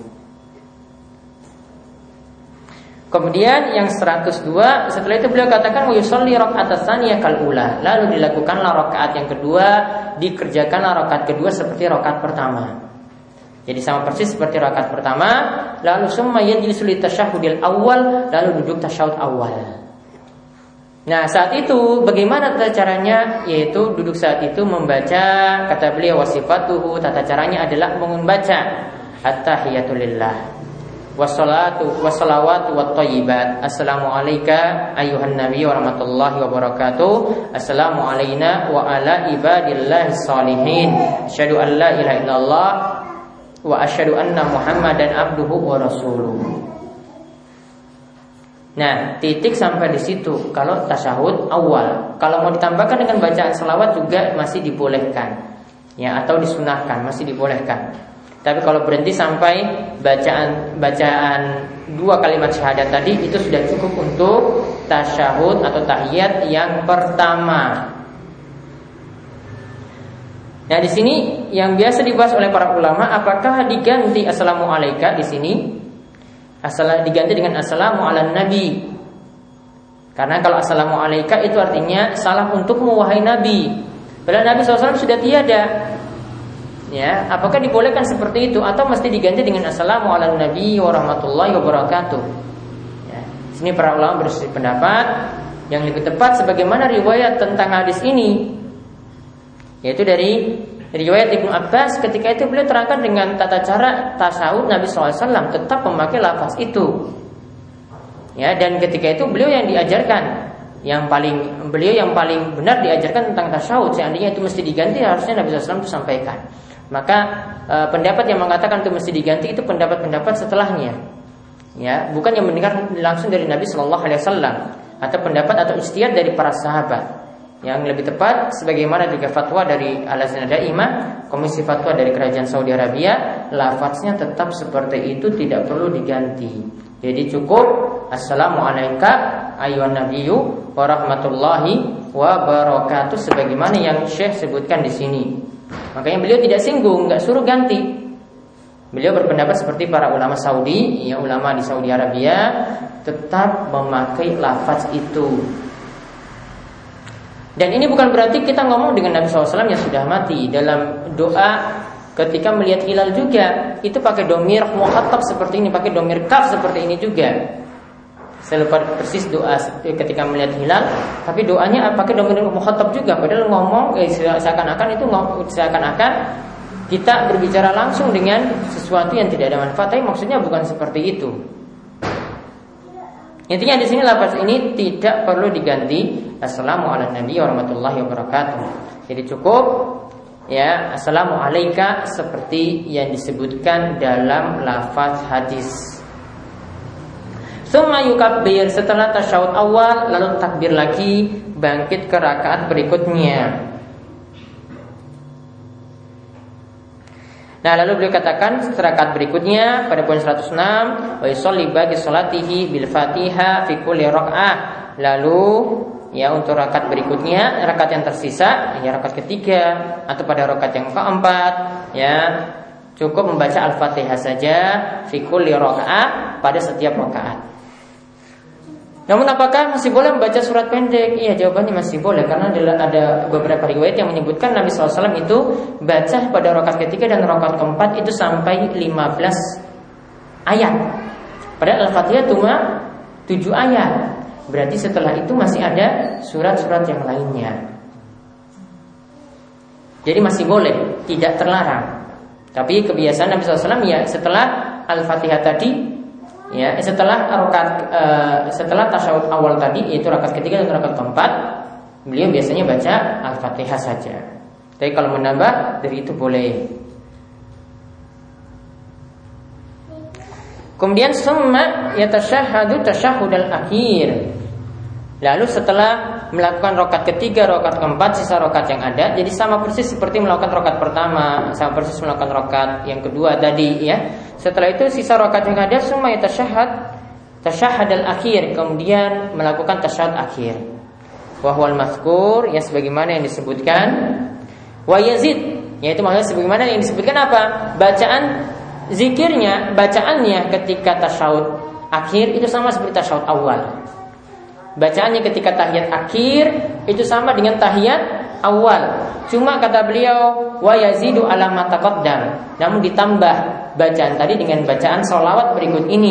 Kemudian yang seratus dua, setelah itu beliau katakan wa yusalli rakaat tsaniyah kal ula. Lalu dilakukanlah rakaat yang kedua, dikerjakanlah rakaat kedua seperti rakaat pertama. Jadi sama persis seperti rakaat pertama, lalu summa yajlisu li tasyahhudil awal, lalu duduk tasyahud awal. Nah, saat itu bagaimana tata caranya? Yaitu duduk saat itu membaca, kata beliau wasifatuhu, tata caranya adalah membaca at-tahiyatulillah. wassalatu wassalawatu wattayyibat. Assalamu alayka ayyuhan nabiy wa rahmatullahi wa barakatuh. Assalamu alayna wa ala ibadillahis sholihin. Asyhadu an la ilaha illallah wa asyhadu anna Muhammadan abduhu wa rasuluh. Nah, titik sampai di situ kalau tasyahud awal. Kalau mau ditambahkan dengan bacaan selawat juga masih dibolehkan, ya, atau disunahkan, masih dibolehkan. Tapi kalau berhenti sampai bacaan bacaan dua kalimat syahadat tadi, itu sudah cukup untuk tasyahud atau tahiyat yang pertama. Nah, di sini yang biasa dibahas oleh para ulama, apakah diganti assalamu alayka di sini? Asal diganti dengan assalamu ala nabi. Karena kalau assalamu alayka itu artinya salam untukmu wahai nabi. Padahal Nabi shallallahu alaihi wasallam sudah tiada. Ya, apakah dibolehkan seperti itu atau mesti diganti dengan assalamu ala nabi wa rahmatullahi wa barakatuh? Ya, sini para ulama berselisih pendapat. Yang lebih tepat sebagaimana riwayat tentang hadis ini, yaitu dari riwayat Ibnu Abbas. Ketika itu beliau terangkan dengan tata cara tasyahud Nabi shallallahu alaihi wasallam tetap memakai lafaz itu. Ya, dan ketika itu beliau yang diajarkan, yang paling beliau yang paling benar diajarkan tentang tasyahud. Seandainya itu mesti diganti, harusnya Nabi shallallahu alaihi wasallam itu sampaikan. Maka e, pendapat yang mengatakan itu mesti diganti itu pendapat-pendapat setelahnya. Ya, bukan yang mendengar langsung dari Nabi shallallahu alaihi wasallam atau pendapat atau ijtihad dari para sahabat. Yang lebih tepat sebagaimana juga fatwa dari Al-Lajnah Daimah, Komisi Fatwa dari Kerajaan Saudi Arabia, lafaznya tetap seperti itu, tidak perlu diganti. Jadi cukup assalamu alayka ayyuhan nabiyyu wa rahmatullahi wa barakatuh sebagaimana yang Syekh sebutkan di sini. Makanya beliau tidak singgung, enggak suruh ganti. Beliau berpendapat seperti para ulama Saudi, ya, ulama di Saudi Arabia tetap memakai lafaz itu. Dan ini bukan berarti kita ngomong dengan Nabi shallallahu alaihi wasallam yang sudah mati. Dalam doa ketika melihat hilal juga, itu pakai domir mukhatab seperti ini, pakai domir kaf seperti ini juga. Saya lupa persis doa ketika melihat hilal, tapi doanya pakai domir mukhatab juga. Padahal ngomong eh, seakan-akan itu seakan-akan kita berbicara langsung dengan sesuatu yang tidak ada manfaat. Tapi maksudnya bukan seperti itu. Intinya di sini lafaz ini tidak perlu diganti assalamu ala nabi warahmatullahi wabarakatuh. Jadi cukup ya assalamu alayka seperti yang disebutkan dalam lafaz hadis. Tsumma yukabbir, setelah tasyahud awal lalu takbir lagi, bangkit ke rakaat berikutnya. Nah, lalu beliau katakan rakaat berikutnya pada poin seratus enam, wa yusalli bagi salatihi bil Fatihah fi kulli rakaah. Lalu ya untuk rakaat berikutnya, rakaat yang tersisa, ya rakaat ketiga atau pada rakaat yang keempat, ya cukup membaca Al-Fatihah saja fi kulli rakaah pada setiap rakaat. Namun apakah masih boleh membaca surat pendek? Iya, jawabannya masih boleh karena ada beberapa riwayat yang menyebutkan Nabi shallallahu alaihi wasallam itu baca pada rakaat ketiga dan rakaat keempat itu sampai lima belas ayat. Padahal Al-Fatihah cuma tujuh ayat. Berarti setelah itu masih ada surat-surat yang lainnya. Jadi masih boleh, tidak terlarang. Tapi kebiasaan Nabi shallallahu alaihi wasallam ya setelah Al-Fatihah tadi, ya setelah rakaat uh, setelah tasyahud awal tadi yaitu rakaat ketiga dan rakaat keempat, beliau biasanya baca Al-Fatihah saja. Tapi kalau menambah dari itu boleh. Kemudian summa yatasyahhadu tasyahhudal akhir. Lalu setelah melakukan rakaat ketiga, rakaat keempat, sisa rakaat yang ada, jadi sama persis seperti melakukan rakaat pertama, sama persis melakukan rakaat yang kedua tadi, ya. Setelah itu sisa rakaat yang ada summa yatasyahhad tasyahhudal akhir, kemudian melakukan tasyahhud akhir. Wa huwal mazkur, ya sebagaimana yang disebutkan. Wa yazid, yaitu maksudnya sebagaimana yang disebutkan apa? Bacaan zikirnya, bacaannya ketika tasyahud akhir itu sama seperti tasyahud awal. Bacaannya ketika tahiyat akhir itu sama dengan tahiyat awal. Cuma kata beliau wa yazidu ala ma taqaddam, namun ditambah bacaan tadi dengan bacaan sholawat berikut ini.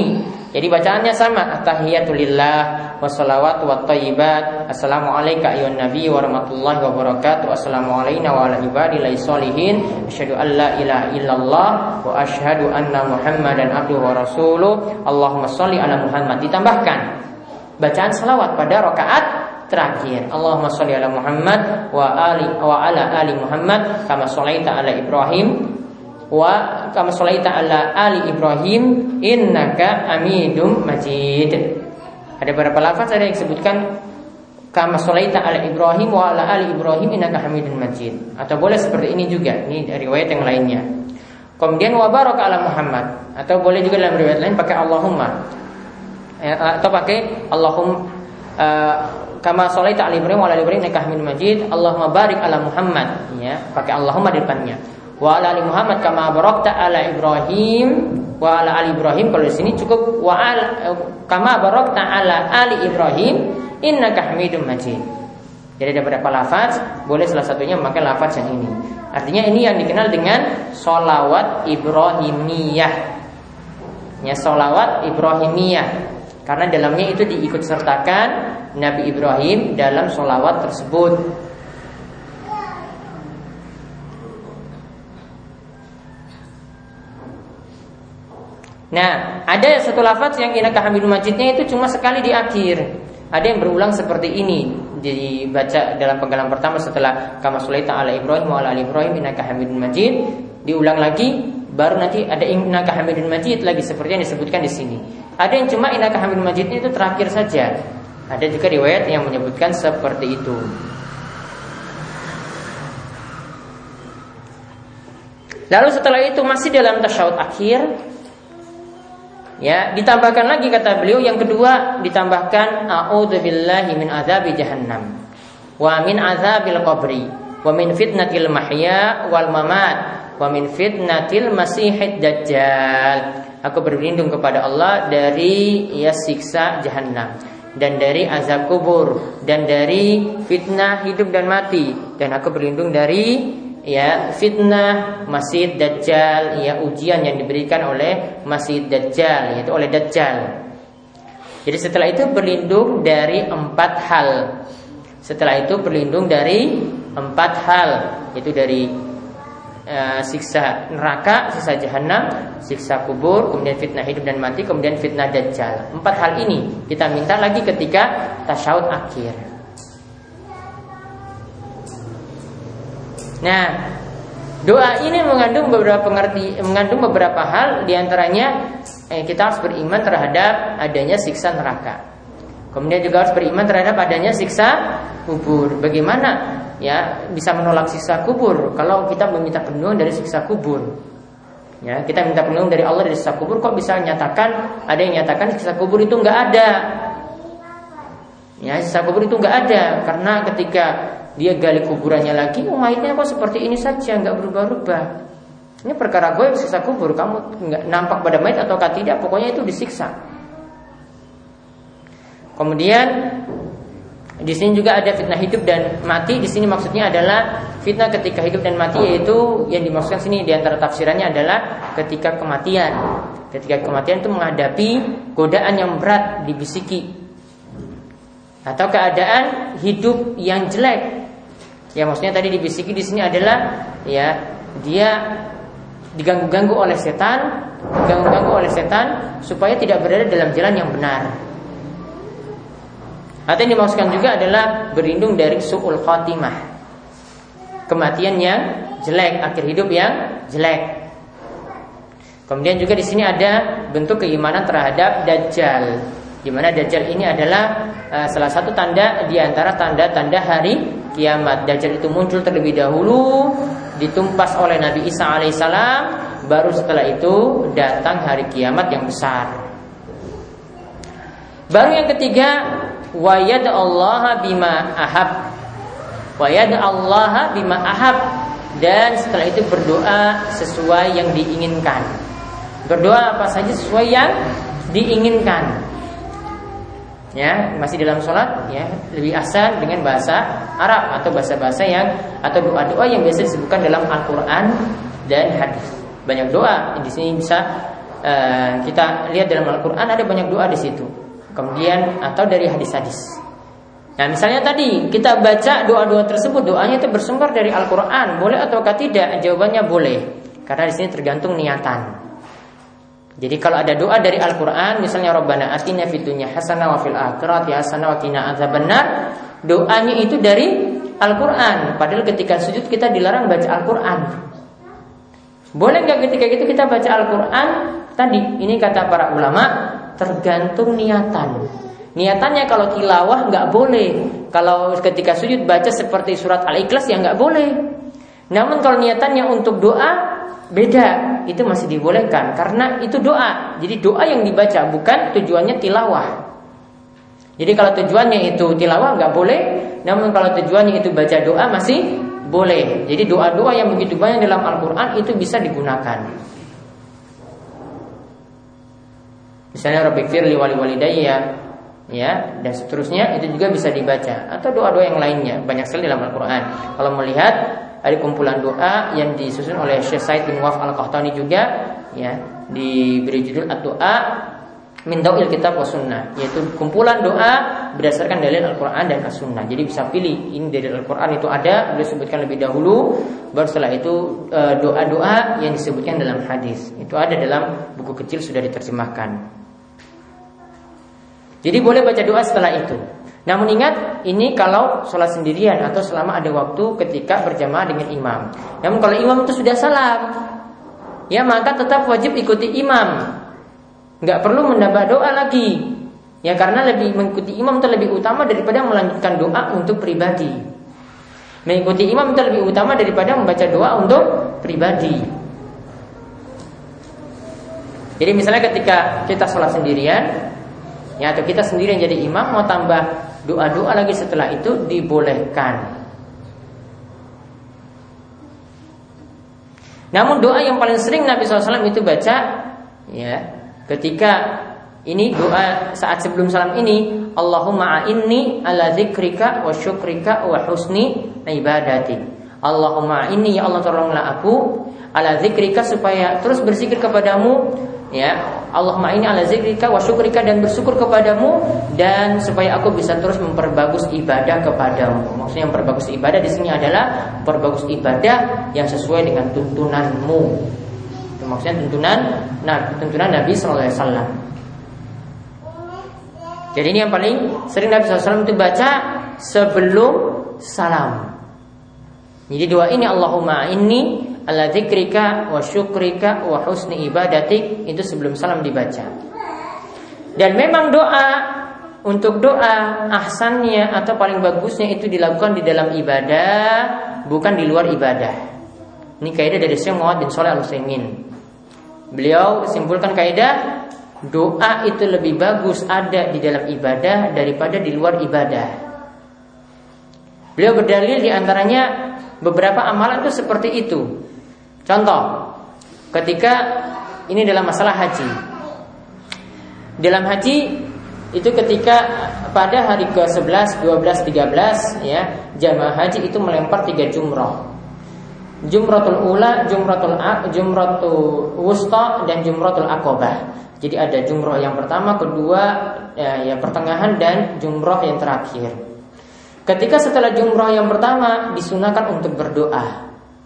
Jadi bacaannya sama, at-tahiyatulillah wassalawatu wattayyibat, assalamu alayka ayyuhan nabiy wa rahmatullahi wa barakatuh, assalamu alayna wa ala ibadillahi sholihin, asyhadu an la ilaha illallah wa asyhadu anna muhammadan abduhu wa rasuluh, Allahumma sholli ala Muhammad. Ditambahkan bacaan salawat pada rakaat terakhir, Allahumma sholli ala Muhammad wa ali wa ala ali Muhammad kama sholaita ala Ibrahim wa kama sholaita ala ali Ibrahim innaka Hamidum Majid. Ada beberapa lafaz ada yang disebutkan kama sholaita ala Ibrahim wa ala ali Ibrahim innaka Hamidum Majid, atau boleh seperti ini juga, ini dari riwayat yang lainnya. Kemudian wa baraka ala Muhammad, atau boleh juga dalam riwayat lain pakai Allahumma, atau pakai Allahum uh, kama sholaita ala Ibrahim wa ala ali Ibrahim innaka Hamidum Majid, Allahumma barik ala Muhammad, ya, pakai Allahumma di depannya. Wa ala ali Muhammad kama barakta ala Ibrahim wa ala ali Ibrahim. Kalau di sini cukup wa ala kama barakta ala ali Ibrahim innaka Hamidum Majid. Jadi ada beberapa lafaz, boleh salah satunya memakai lafaz yang ini. Artinya ini yang dikenal dengan sholawat Ibrahimiyah. Ya, sholawat Ibrahimiyah, karena dalamnya itu diikut sertakan Nabi Ibrahim dalam sholawat tersebut. Nah, ada satu lafaz yang innaka Hamidum Majidnya itu cuma sekali di akhir. Ada yang berulang seperti ini, dibaca dalam penggalan pertama setelah kama sholaita ala Ibrahim wa ala ali Ibrahim innaka Hamidum Majid, diulang lagi, baru nanti ada innaka Hamidum Majid lagi seperti yang disebutkan di sini. Ada yang cuma innaka Hamidum Majidnya itu terakhir saja. Ada juga riwayat yang menyebutkan seperti itu. Lalu setelah itu masih dalam tasyahud akhir, ya, ditambahkan lagi kata beliau yang kedua, ditambahkan a'udzubillahi min adzabi jahannam wa min adzabil qabri wa min fitnatil mahya wal mamat wa min fitnatil masihid dajjal. Aku berlindung kepada Allah dari ya siksa jahannam dan dari azab kubur dan dari fitnah hidup dan mati, dan aku berlindung dari ya fitnah Masih Dajjal, ya ujian yang diberikan oleh Masih Dajjal, yaitu oleh Dajjal. Jadi setelah itu berlindung dari empat hal. Setelah itu berlindung dari empat hal, yaitu dari uh, siksa neraka, siksa jahanam, siksa kubur, kemudian fitnah hidup dan mati, kemudian fitnah Dajjal. Empat hal ini kita minta lagi ketika tasyahud akhir. Nah, doa ini mengandung beberapa pengerti, mengandung beberapa hal, diantaranya eh, kita harus beriman terhadap adanya siksa neraka. Kemudian juga harus beriman terhadap adanya siksa kubur. Bagaimana ya bisa menolak siksa kubur kalau kita meminta perlindungan dari siksa kubur? Ya, kita minta perlindungan dari Allah dari siksa kubur, kok bisa nyatakan, ada yang nyatakan siksa kubur itu nggak ada? Ya, siksa kubur itu nggak ada karena ketika dia gali kuburannya lagi, oh, mayatnya kok seperti ini saja, nggak berubah-ubah. Ini perkara gue siksa kubur, kamu nggak nampak pada mayat ataukah tidak, pokoknya itu disiksa. Kemudian di sini juga ada fitnah hidup dan mati. Di sini maksudnya adalah fitnah ketika hidup dan mati, yaitu yang dimaksudkan sini di antara tafsirannya adalah ketika kematian. Ketika kematian itu menghadapi godaan yang berat, dibisiki, atau keadaan hidup yang jelek. Ya, maksudnya tadi dibisiki di sini adalah ya dia diganggu-ganggu oleh setan, diganggu-ganggu oleh setan supaya tidak berada dalam jalan yang benar. Atau yang dimaksudkan juga adalah berlindung dari su'ul khatimah, kematian yang jelek, akhir hidup yang jelek. Kemudian juga di sini ada bentuk keimanan terhadap Dajjal, di mana Dajjal ini adalah uh, salah satu tanda di antara tanda-tanda hari kiamat. Dajjal itu muncul terlebih dahulu, ditumpas oleh Nabi Isa alaihissalam, baru setelah itu datang hari kiamat yang besar. Baru yang ketiga, wa yad'allaha bima ahab. Wa yad'allaha bima ahab, dan setelah itu berdoa sesuai yang diinginkan. Berdoa apa saja sesuai yang diinginkan. Ya, masih dalam sholat, ya, lebih asal dengan bahasa Arab atau bahasa-bahasa yang atau doa-doa yang biasa disebutkan dalam Al-Quran dan hadis. Banyak doa di sini bisa uh, kita lihat dalam Al-Quran ada banyak doa di situ. Kemudian atau dari hadis-hadis. Nah misalnya tadi kita baca doa-doa tersebut, doanya itu bersumber dari Al-Quran, boleh ataukah tidak? Jawabannya boleh, karena di sini tergantung niatan. Jadi kalau ada doa dari Al-Quran, misalnya Rabbana atina fid dunya hasanah wa fil akhirati hasanah wa qina adzabannar, doanya itu dari Al-Quran. Padahal ketika sujud kita dilarang baca Al-Quran. Boleh nggak ketika itu kita baca Al-Quran? Tadi ini kata para ulama, tergantung niatan. Niatannya kalau tilawah nggak boleh. Kalau ketika sujud baca seperti surat Al-Ikhlas ya nggak boleh. Namun kalau niatannya untuk doa, beda, itu masih dibolehkan karena itu doa. Jadi doa yang dibaca, bukan tujuannya tilawah. Jadi kalau tujuannya itu tilawah nggak boleh. Namun kalau tujuannya itu baca doa masih boleh. Jadi doa-doa yang begitu banyak dalam Al-Quran itu bisa digunakan. Misalnya Rabbighfirli wali walidayya, ya, dan seterusnya itu juga bisa dibaca. Atau doa-doa yang lainnya, banyak sekali dalam Al-Quran. Kalau melihat ada kumpulan doa yang disusun oleh Syekh Said bin Waf Al-Qahtani juga, ya, diberi judul Ad-Doa min Dawil Kitab wa Sunnah, yaitu kumpulan doa berdasarkan dalil Al-Quran dan As-Sunnah. Jadi bisa pilih, ini dari Al-Quran itu ada, beliau sebutkan lebih dahulu, baru setelah itu doa-doa yang disebutkan dalam hadis. Itu ada dalam buku kecil, sudah diterjemahkan. Jadi boleh baca doa setelah itu. Namun ingat, ini kalau sholat sendirian atau selama ada waktu ketika berjamaah dengan imam. Namun kalau imam itu sudah salam, ya maka tetap wajib ikuti imam. Nggak perlu menambah doa lagi. Ya karena lebih mengikuti imam itu lebih utama daripada melanjutkan doa untuk pribadi. Mengikuti imam itu lebih utama daripada membaca doa untuk pribadi. Jadi misalnya ketika kita sholat sendirian, ya atau kita sendiri yang jadi imam, mau tambah doa-doa lagi setelah itu dibolehkan. Namun doa yang paling sering Nabi shallallahu alaihi wasallam itu baca, ya, ketika ini doa saat sebelum salam ini, Allahumma a'inni ala dzikrika wa syukrika wa husni ibadatik. Allahumma a'inni, ya Allah tolonglah aku, ala dzikrika, supaya terus berzikir kepadamu, ya, Allahumma inni ala zikrika wa syukrika, dan bersyukur kepadamu, dan supaya aku bisa terus memperbagus ibadah kepadamu. Maksudnya memperbagus ibadah di sini adalah memperbagus ibadah yang sesuai dengan tuntunanmu. Itu maksudnya tuntunan, nah, tuntunan Nabi sallallahu alaihi wasallam. Jadi ini yang paling sering Nabi sallallahu alaihi wasallam itu baca sebelum salam. Jadi doa ini, Allahumma inni ala dzikrika wa syukrika wa husni ibadatik, itu sebelum salam dibaca. Dan memang doa, untuk doa ahsannya atau paling bagusnya itu dilakukan di dalam ibadah, bukan di luar ibadah. Ini kaidah dari Syekh Muhammad bin Shalih Al-Utsaimin. Beliau simpulkan kaidah, doa itu lebih bagus ada di dalam ibadah daripada di luar ibadah. Beliau berdalil di antaranya beberapa amalan itu seperti itu. Contoh, ketika ini dalam masalah haji. Dalam haji itu ketika pada hari ke sebelas, dua belas, tiga belas, ya, jamaah haji itu melempar tiga jumrah. Jumratul ula, jumratul a, jumratul wusta, dan jumratul aqabah. Jadi ada jumrah yang pertama, kedua, ya, ya pertengahan, dan jumrah yang terakhir. Ketika setelah jumrah yang pertama disunahkan untuk berdoa.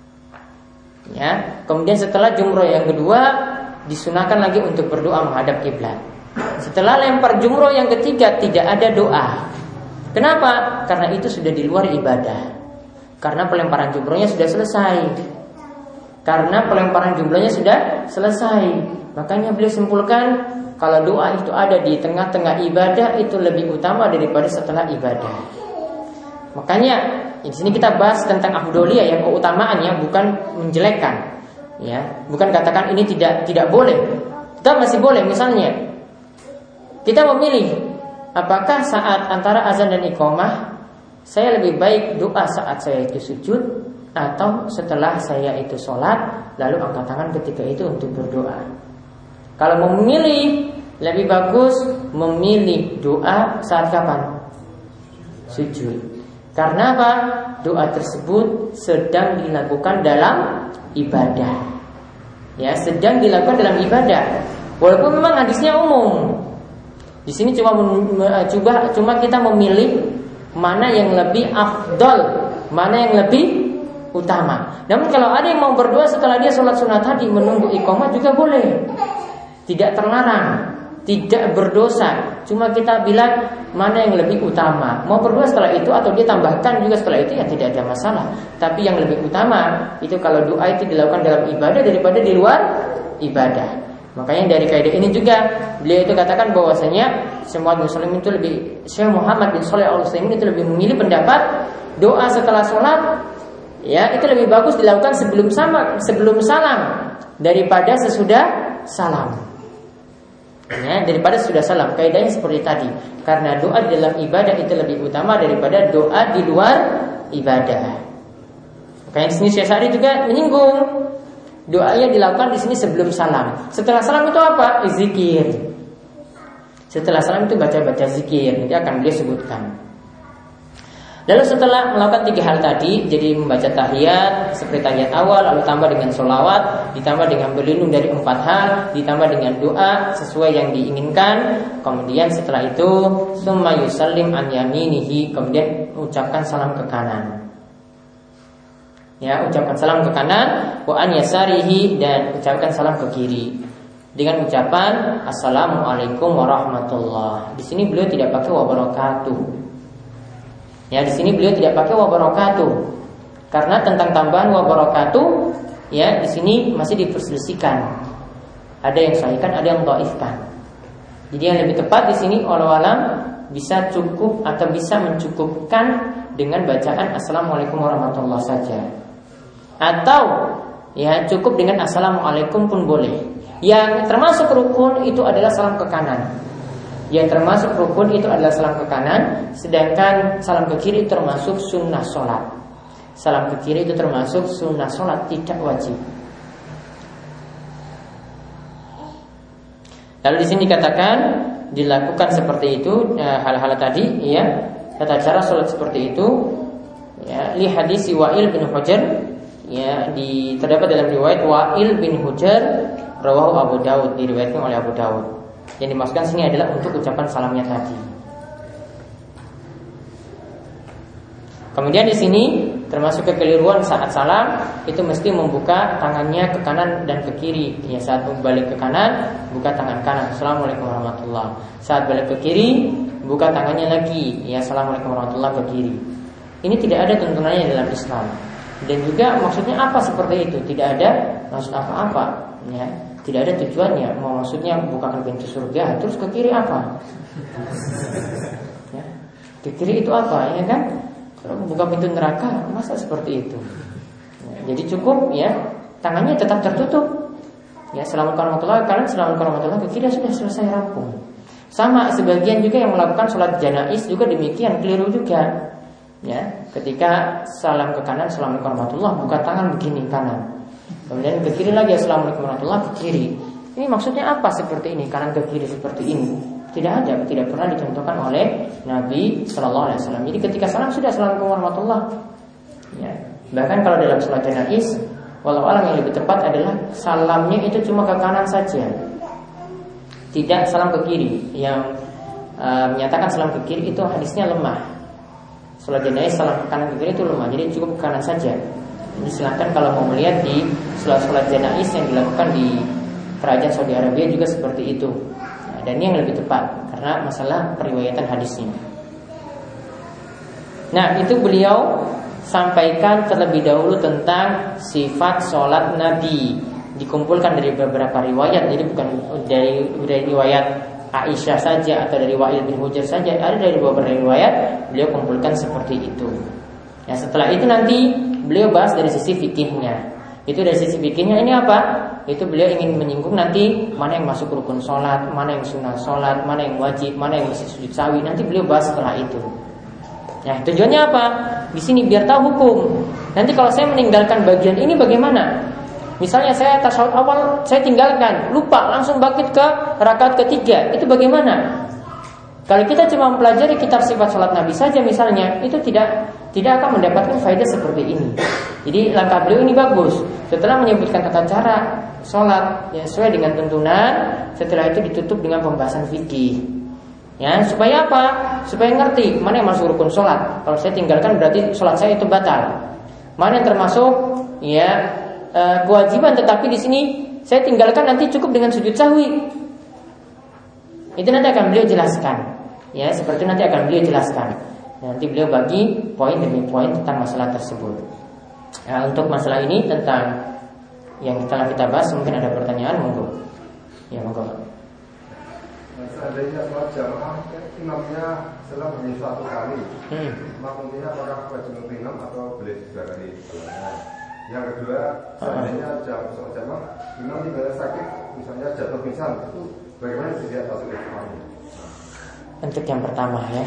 Ya, kemudian setelah jumrah yang kedua disunahkan lagi untuk berdoa menghadap kiblat. Setelah lempar jumrah yang ketiga tidak ada doa. Kenapa? Karena itu sudah di luar ibadah. Karena pelemparan jumrahnya sudah selesai. Karena pelemparan jumrahnya sudah selesai. Makanya beliau simpulkan, kalau doa itu ada di tengah-tengah ibadah itu lebih utama daripada setelah ibadah. Makanya di sini kita bahas tentang afdholiyah, yang keutamaannya, bukan menjelekkan, ya, bukan katakan ini tidak tidak boleh. Kita masih boleh. Misalnya kita memilih apakah saat antara azan dan iqamah saya lebih baik doa saat saya itu sujud atau setelah saya itu sholat lalu angkat tangan ketika itu untuk berdoa. Kalau memilih, lebih bagus memilih doa saat kapan? Sujud. Karena apa? Doa tersebut sedang dilakukan dalam ibadah. Ya, sedang dilakukan dalam ibadah. Walaupun memang hadisnya umum. Di sini cuma coba cuma kita memilih mana yang lebih afdal, mana yang lebih utama. Namun kalau ada yang mau berdoa setelah dia sholat sunat tadi menunggu iqamah juga boleh. Tidak terlarang, tidak berdosa. Cuma kita bilang mana yang lebih utama. Mau berdoa setelah itu atau dia tambahkan juga setelah itu ya tidak ada masalah. Tapi yang lebih utama itu kalau doa itu dilakukan dalam ibadah daripada di luar ibadah. Makanya dari kaidah ini juga beliau itu katakan bahwasanya semua muslim itu lebih, Syekh Muhammad bin Shalih Al-Utsaimin itu lebih memilih pendapat doa setelah sholat ya itu lebih bagus dilakukan sebelum sama sebelum salam daripada sesudah salam. Ya, daripada sudah salam. Kaidahnya seperti tadi. Karena doa di dalam ibadah itu lebih utama daripada doa di luar ibadah. Makanya di sini Syekh Sa'di juga menyinggung doanya dilakukan di sini sebelum salam. Setelah salam itu apa? Zikir. Setelah salam itu baca-baca zikir. Nanti akan beliau sebutkan. Lalu setelah melakukan tiga hal tadi, jadi membaca tahiyat seperti tahiyat awal, lalu tambah dengan sholawat, ditambah dengan berlindung dari empat hal, ditambah dengan doa sesuai yang diinginkan. Kemudian setelah itu, summa yusallim an yaminihi, kemudian ucapkan salam ke kanan. Ya, ucapkan salam ke kanan, wa an yasarihi, dan ucapkan salam ke kiri. Dengan ucapan assalamualaikum warahmatullah. Di sini beliau tidak pakai wabarakatuh. Ya, di sini beliau tidak pakai wabarakatuh. Karena tentang tambahan wabarakatuh, ya di sini masih diperselisihkan. Ada yang sahihkan, ada yang dhaifkan. Jadi yang lebih tepat di sini wallahu alam bisa cukup atau bisa mencukupkan dengan bacaan assalamualaikum warahmatullah saja. Atau ya cukup dengan assalamualaikum pun boleh. Yang termasuk rukun itu adalah salam ke kanan. Yang termasuk rukun itu adalah salam ke kanan, sedangkan salam ke kiri termasuk sunnah sholat. Salam ke kiri itu termasuk sunnah sholat, tidak wajib. Lalu di sini dikatakan dilakukan seperti itu hal-hal tadi, ya tata cara sholat seperti itu. Ya, li hadis Wa'il bin Hujr, ya di terdapat dalam riwayat Wa'il bin Hujr, rawahu Abu Daud, diriwayatkan oleh Abu Daud. Yang dimaksudkan sini adalah untuk ucapan salamnya tadi. Kemudian di sini termasuk kekeliruan saat salam itu mesti membuka tangannya ke kanan dan ke kiri. Ya, saat balik ke kanan buka tangan kanan, assalamualaikum warahmatullah. Saat balik ke kiri buka tangannya lagi, ya assalamualaikum warahmatullah ke kiri. Ini tidak ada tuntunannya dalam Islam. Dan juga maksudnya apa seperti itu? Tidak ada maksud apa-apa, ya. Tidak ada tujuannya. Mau maksudnya bukakan pintu surga, terus ke kiri apa? Ya. Ke kiri itu apa? Ya kan? Kalau buka pintu neraka, masa seperti itu? Ya, jadi cukup ya, tangannya tetap tertutup. Ya, assalamualaikum warahmatullahi wabarakatuh. Assalamualaikum warahmatullahi wabarakatuh. Kira sudah selesai rampung. Sama sebagian juga yang melakukan sholat janais juga demikian, keliru juga. Ya, ketika salam ke kanan, assalamualaikum warahmatullahi wabarakatuh, buka tangan begini kanan. Kemudian ke kiri lagi, assalamualaikum warahmatullahi wabarakatuh, ke kiri. Ini maksudnya apa seperti ini? Kanan ke kiri seperti ini? Tidak ada, tidak pernah dicontohkan oleh Nabi Shallallahu Alaihi Wasallam. Jadi ketika salam sudah assalamualaikum warahmatullahi wabarakatuh. Ya. Bahkan kalau dalam sholat janais, walau alam yang lebih tepat adalah salamnya itu cuma ke kanan saja, tidak salam ke kiri. Yang uh, menyatakan salam ke kiri itu hadisnya lemah. Sholat janais salam ke kanan ke kiri itu lemah, jadi cukup ke kanan saja. Jadi silakan kalau mau melihat di sholat-sholat janais yang dilakukan di kerajaan Saudi Arabia juga seperti itu. Nah, dan ini yang lebih tepat karena masalah periwayatan hadisnya. Nah, itu beliau sampaikan terlebih dahulu tentang sifat sholat Nabi. Dikumpulkan dari beberapa riwayat, jadi bukan dari, dari riwayat Aisyah saja atau dari Wa'il bin Hujr saja, ada dari beberapa riwayat beliau kumpulkan seperti itu. Nah, setelah itu nanti beliau bahas dari sisi fikihnya. Itu dari sisi fikihnya ini apa? Itu beliau ingin menyinggung nanti mana yang masuk rukun sholat, mana yang sunnah sholat, mana yang wajib, mana yang mesti sujud sawi. Nanti beliau bahas setelah itu. Nah, tujuannya apa? Di sini biar tahu hukum. Nanti kalau saya meninggalkan bagian ini bagaimana? Misalnya saya tasyahud awal saya tinggalkan, lupa langsung bangkit ke rakaat ketiga, itu bagaimana? Kalau kita cuma mempelajari kitab sifat sholat Nabi saja misalnya, itu tidak tidak akan mendapatkan faedah seperti ini. Jadi langkah beliau ini bagus. Setelah menyebutkan tata cara sholat yang sesuai dengan tuntunan, setelah itu ditutup dengan pembahasan fikih. Ya, supaya apa? Supaya ngerti mana yang masuk rukun sholat. Kalau saya tinggalkan berarti sholat saya itu batal. Mana yang termasuk ya e, kewajiban, tetapi di sini saya tinggalkan nanti cukup dengan sujud sahwi. Itu nanti akan beliau jelaskan. Ya, seperti nanti akan beliau jelaskan. Nanti beliau bagi poin demi poin tentang masalah tersebut. Nah, untuk masalah ini tentang yang telah kita bahas, mungkin ada pertanyaan, monggo. Ya, monggo.
Seandainya sholat jamaah imamnya setelah hanya suatu kali,
hmm.
makmumnya apakah wajib menginam atau boleh dua kali? Yang kedua, seandainya jam sholat jamaah imam tiba-tiba sakit, misalnya jatuh pingsan, itu bagaimana dilihat masuk imamnya?
Untuk yang pertama ya,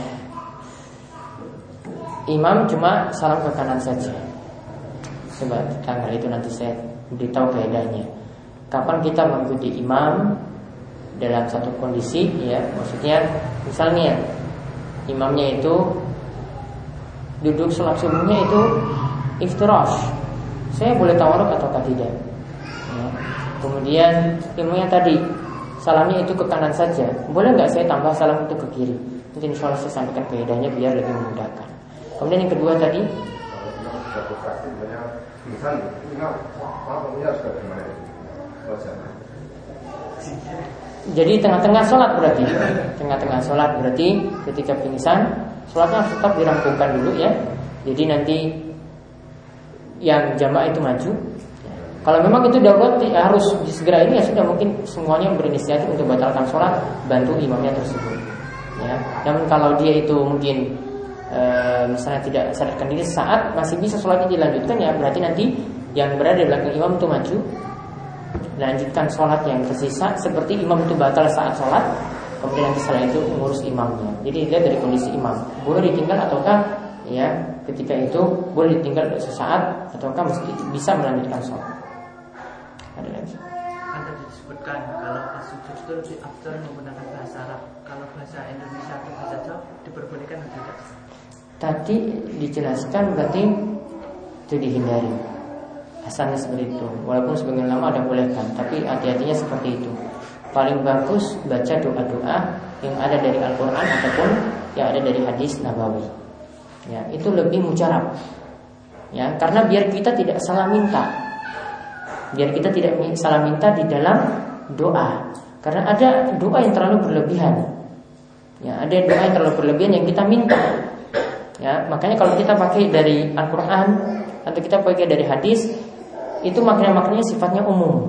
imam cuma salam ke kanan saja. Coba tanggal itu nanti saya beritahu kaidahnya. Kapan kita mengikuti imam dalam satu kondisi ya, maksudnya misalnya imamnya itu duduk sholat subuhnya itu iftirash, saya boleh tawarruk atau tidak ya. Kemudian imamnya tadi salamnya itu ke kanan saja, boleh nggak saya tambah salam itu ke kiri? Nanti insya Allah saya sampaikan kaidahnya biar lebih memudahkan. Kemudian yang kedua tadi, jadi tengah-tengah sholat berarti Tengah-tengah sholat berarti ketika pingsan, sholatnya harus tetap dirampungkan dulu ya. Jadi nanti yang jamaah itu maju. Kalau memang itu darurat harus segera ini, ya sudah, mungkin semuanya berinisiatif untuk batalkan sholat, bantu imamnya tersebut ya. Namun kalau dia itu mungkin e, misalnya tidak sadarkan diri saat masih bisa sholatnya dilanjutkan, ya berarti nanti yang berada di belakang imam itu maju, lanjutkan sholat yang tersisa. Seperti imam itu batal saat sholat, kemudian nanti setelah itu mengurus imamnya. Jadi dilihat dari kondisi imam, boleh ditinggal ataukah ya ketika itu boleh ditinggal sesaat ataukah mesti bisa melanjutkan sholat. Ada lagi?
Kan tadi disebutkan kalau sujud itu lebih afdal menggunakan bahasa Arab. Kalau bahasa Indonesia atau bahasa Jawa diperbolehkan atau tidak?
Tadi dijelaskan berarti itu dihindari. Asalnya seperti itu. Walaupun sebagian ulama ada bolehkan, tapi hati-hatinya seperti itu. Paling bagus baca doa-doa yang ada dari Al-Quran ataupun yang ada dari hadis Nabawi. Ya, itu lebih mujarab. Ya, karena biar kita tidak salah minta. Biar kita tidak salah minta di dalam doa. Karena ada doa yang terlalu berlebihan. Ya, ada doa yang terlalu berlebihan yang kita minta. Ya, makanya kalau kita pakai dari Al-Quran atau kita pakai dari hadis, itu makna-maknanya sifatnya umum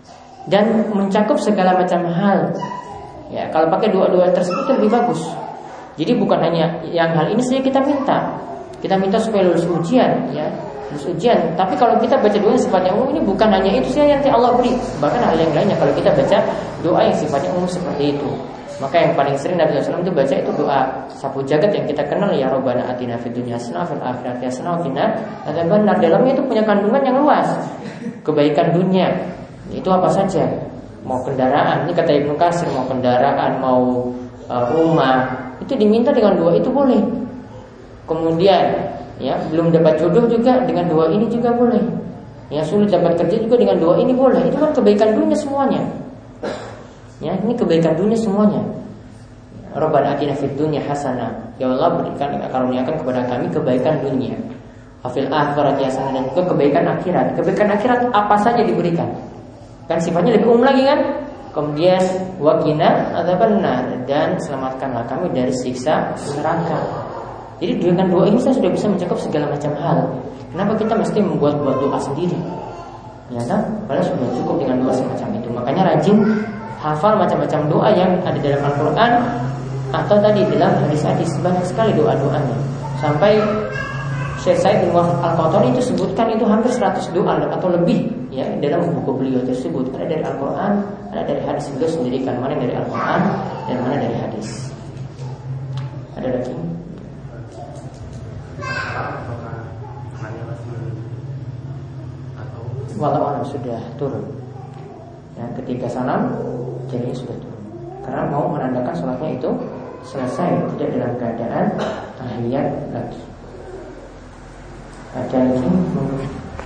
dan mencakup segala macam hal. Ya, kalau pakai doa-doa tersebut itu lebih bagus. Jadi bukan hanya yang hal ini saja kita minta. Kita minta supaya lulus ujian, ya, lulus ujian. Tapi kalau kita baca doa yang sifatnya umum, ini bukan hanya itu saja yang Allah beri, bahkan hal yang lainnya. Kalau kita baca doa yang sifatnya umum seperti itu, maka yang paling sering Nabi shallallahu alaihi wasallam itu baca itu doa sapu jagat yang kita kenal, ya Rabbana atina fid dunya hasanah fil akhirati hasanah wa qina adzabannar. Dalamnya itu punya kandungan yang luas. Kebaikan dunia itu apa saja? Mau kendaraan, ini kata Ibnu Katsir, mau kendaraan, mau uh, rumah, itu diminta dengan doa itu boleh. Kemudian ya, belum dapat jodoh juga dengan doa ini juga boleh. Ya, sulit dapat kerja juga dengan doa ini boleh. Itu kan kebaikan dunia semuanya. Ya, ini kebaikan dunia semuanya. Rabbana atina fid dunya hasanah. Ya Allah, berikan karuniakan kepada kami kebaikan dunia. Afil akhirati hasanah, dan juga kebaikan akhirat. Kebaikan akhirat apa saja diberikan. Kan sifatnya lebih umum lagi kan? Kemudian waqina adzabannar, dan selamatkanlah kami dari siksa neraka. Jadi dengan doa ini saya sudah bisa mencakup segala macam hal. Kenapa kita mesti membuat-buat doa sendiri? Ya kan? Padahal sudah cukup dengan doa semacam itu. Makanya rajin hafal macam-macam doa yang ada dalam Al-Quran atau tadi dalam hadis-hadis. Banyak sekali doa-doanya. Sampai Syekh Said bin Wahab Al-Qahtani itu sebutkan itu hampir seratus doa atau lebih ya dalam buku beliau tersebut. Ada dari Al-Quran, ada dari hadis. Beliau sendirikan mana dari Al-Quran dan mana dari hadis. Ada lagi? Walau sudah turun. Ya, ketika salam jarinya sudah turun. Karena mau menandakan sholatnya itu selesai, tidak dalam keadaan tahiyat lagi. Ada lagi?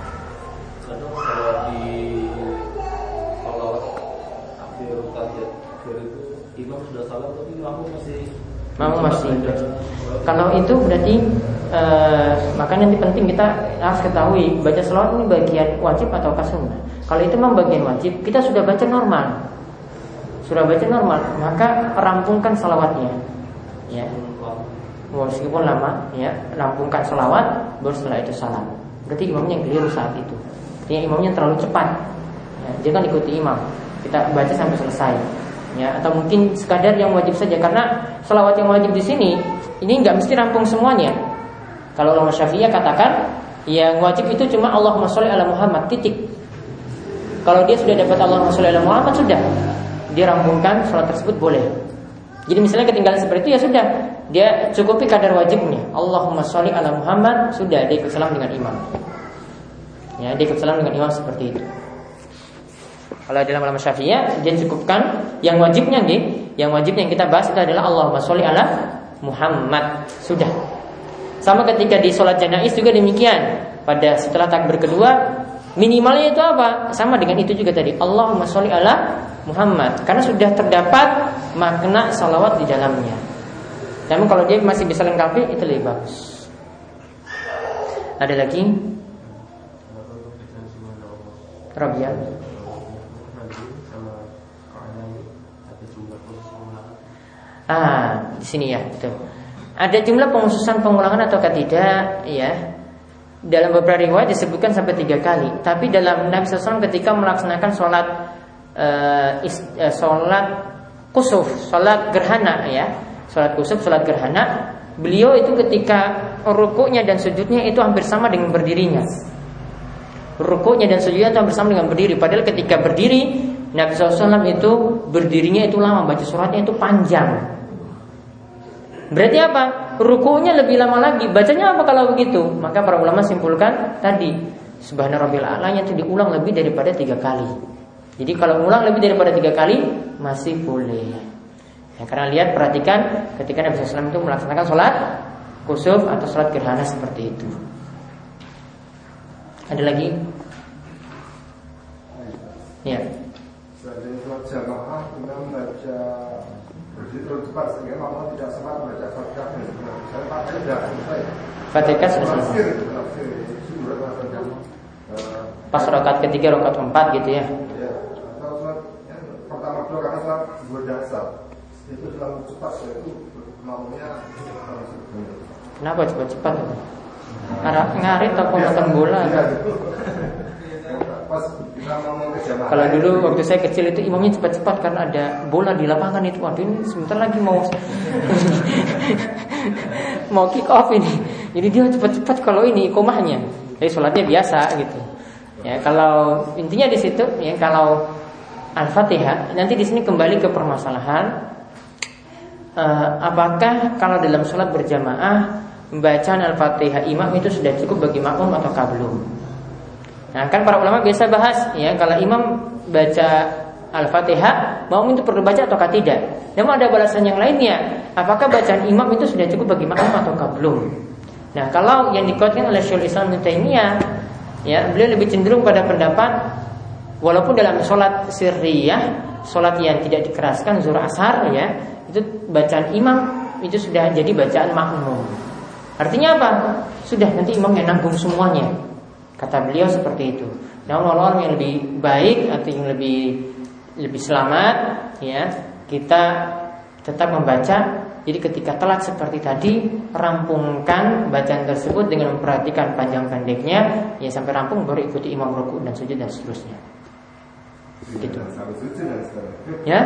takbir itu imam sudah salam tapi makmum masih
makmum masih. Kalau itu berarti uh, maka nanti penting kita harus ketahui baca selawat ini bagian wajib atau sunnah. Kalau itu memang bagian wajib, kita sudah baca normal, sudah baca normal, maka rampungkan selawatnya, ya, meskipun lama, ya, rampungkan selawat, baru setelah itu salam. Berarti imamnya yang keliru saat itu, artinya imamnya terlalu cepat, ya, jangan ikuti imam, kita baca sampai selesai, ya, atau mungkin sekadar yang wajib saja, karena selawat yang wajib di sini ini nggak mesti rampung semuanya. Kalau ulama Syafi'iyah katakan yang wajib itu cuma Allahumma sholli ala Muhammad, titik. Kalau dia sudah dapat Allahumma sholli ala Muhammad, sudah dia rampungkan salat tersebut boleh. Jadi misalnya ketinggalan seperti itu, ya sudah, dia cukupi kadar wajibnya, Allahumma sholli ala Muhammad, sudah dia ikut salam dengan imam. Ya, dia ikut salam dengan imam seperti itu. Kalau dalam ulama Syafi'iyah dia cukupkan yang wajibnya, nih, yang wajibnya yang kita bahas itu adalah Allahumma sholli ala Muhammad, sudah. Sama ketika di sholat janaiz juga demikian. Pada setelah takbir kedua, minimalnya itu apa? Sama dengan itu juga tadi, Allahumma sholli ala Muhammad, karena sudah terdapat makna salawat di dalamnya. Namun kalau dia masih bisa lengkapi, itu lebih bagus. Ada lagi? Rabian. Ah, di sini ya, betul. Ada jumlah penghususan pengulangan atau tidak, ya. Dalam beberapa riwayat disebutkan sampai tiga kali. Tapi dalam Nabi shallallahu alaihi wasallam ketika melaksanakan sholat uh, is, uh, sholat kusuf, sholat gerhana, ya, sholat kusuf, sholat gerhana, beliau itu ketika rukuknya dan sujudnya itu hampir sama dengan berdirinya. Rukuknya dan sujudnya itu hampir sama dengan berdiri. Padahal ketika berdiri Nabi shallallahu alaihi wasallam itu berdirinya itu lama, baca suratnya itu panjang. Berarti apa? Rukunya lebih lama lagi. Bacanya apa kalau begitu? Maka para ulama simpulkan tadi, Subhana Rabbil A'la itu diulang lebih daripada tiga kali. Jadi kalau ulang lebih daripada tiga kali masih boleh. Ya, karena lihat, perhatikan ketika Nabi shallallahu alaihi wasallam itu melaksanakan sholat kusuf atau sholat gerhana seperti itu. Ada lagi? Ya.
Seandainya sholat jamaah imam baca berdiri terlalu cepat sehingga makmum tidak sempat baca Fatihah. Saya pakai tidak selesai.
Fatihah selesai. Pas rakaat ketiga, rakaat keempat gitu ya.
Ya. Atau sholat yang pertama dua karena sholat dua dasar itu terlalu cepat, yaitu makmumnya.
Kenapa cepat-cepat? Arah ngarit atau nonton bola?
Pas kita mau ke jamaah.
Kalau dulu waktu saya kecil itu imamnya cepat-cepat karena ada bola di lapangan itu. Waduh, ini sebentar lagi mau mau kick off ini. Jadi dia cepat-cepat kalau ini iqomahnya. Jadi sholatnya biasa gitu. Ya, kalau intinya di situ ya, kalau Al-Fatihah, nanti di sini kembali ke permasalahan uh, apakah kalau dalam sholat berjamaah bacaan Al-Fatihah imam itu sudah cukup bagi makmum atau belum? Nah, kan para ulama biasa bahas ya, kalau imam baca Al-Fatihah, makmum itu perlu baca atau tidak. Namun ada balasan yang lainnya, apakah bacaan imam itu sudah cukup bagi makmum atau belum? Nah, kalau yang dikuatkan oleh Syekhul Islam Ibnu Taimiyah, ya, beliau lebih cenderung pada pendapat walaupun dalam sholat sirriyah, sholat yang tidak dikeraskan zuhur asar, ya, itu bacaan imam itu sudah jadi bacaan makmum. Artinya apa? Sudah, nanti imam yang nanggung semuanya. Kata beliau seperti itu. Namun Allah yang lebih baik atau yang lebih lebih selamat, ya, kita tetap membaca. Jadi ketika telat seperti tadi, rampungkan bacaan tersebut dengan memperhatikan panjang pendeknya, ya, sampai rampung baru ikuti imam rukuk dan sujud dan seterusnya. Gitu. Ya?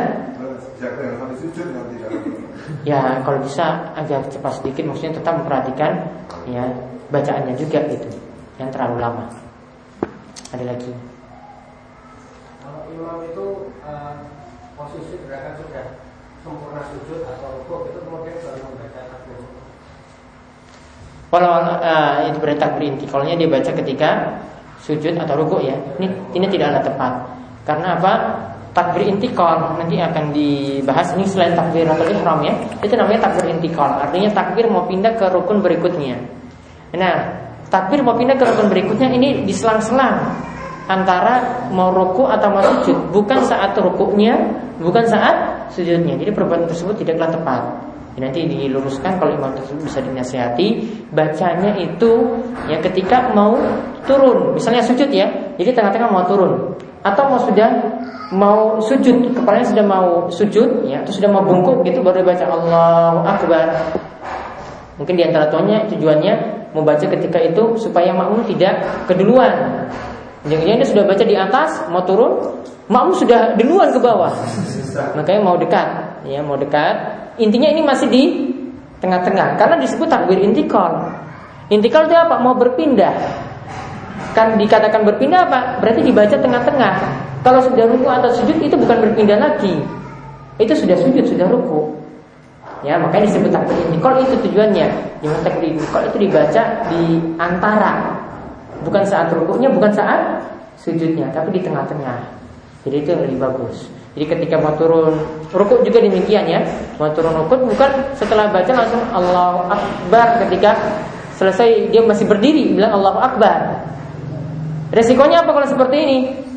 Ya, kalau bisa agak cepat sedikit, maksudnya tetap memperhatikan ya bacaannya juga gitu. Yang terlalu lama. Ada lagi?
Kalau imam itu uh, posisi gerakan sudah sempurna sujud atau rukuk, itu kemudian baru membaca takbir.
Kalau uh, itu berarti takbir intiqalnya dia baca ketika sujud atau rukuk, ya. Ini ini tidaklah tepat. Karena apa? Takbir intiqal nanti akan dibahas ini selain takbiratul ihram, ya. Itu namanya takbir intiqal. Artinya takbir mau pindah ke rukun berikutnya. Nah, takbir mau pindah ke rukun berikutnya ini diselang-selang antara mau ruku atau mau sujud, bukan saat rukuknya, bukan saat sujudnya. Jadi perbuatan tersebut tidaklah tepat. Nanti diluruskan kalau imam tersebut bisa dinasihati, bacanya itu ya ketika mau turun, misalnya sujud ya, jadi tengah-tengah mau turun, atau mau sudah mau sujud, kepalanya sudah mau sujud ya, atau sudah mau bungkuk gitu, baru dibaca Allahu Akbar. Mungkin diantara tujuannya tujuannya membaca ketika itu supaya makmum tidak keduluan. Jangan-jangan dia sudah baca di atas, mau turun, makmum sudah duluan ke bawah, makanya mau dekat, ya mau dekat. Intinya ini masih di tengah-tengah, karena disebut takbir intikal. Intikal itu apa? Mau berpindah. Kan dikatakan berpindah apa? Berarti dibaca tengah-tengah. Kalau sudah ruku atau sujud itu bukan berpindah lagi, itu sudah sujud, sudah ruku. Ya, makanya disebut takbir intikal, itu tujuannya. Yang takbir intikal itu dibaca di antara, bukan saat rukunya, bukan saat sujudnya, tapi di tengah-tengah. Jadi itu yang lebih bagus. Jadi ketika mau turun rukuk juga demikian ya. Mau turun rukuk bukan setelah baca langsung Allahu Akbar, ketika selesai dia masih berdiri bilang Allahu Akbar. Resikonya apa kalau seperti ini?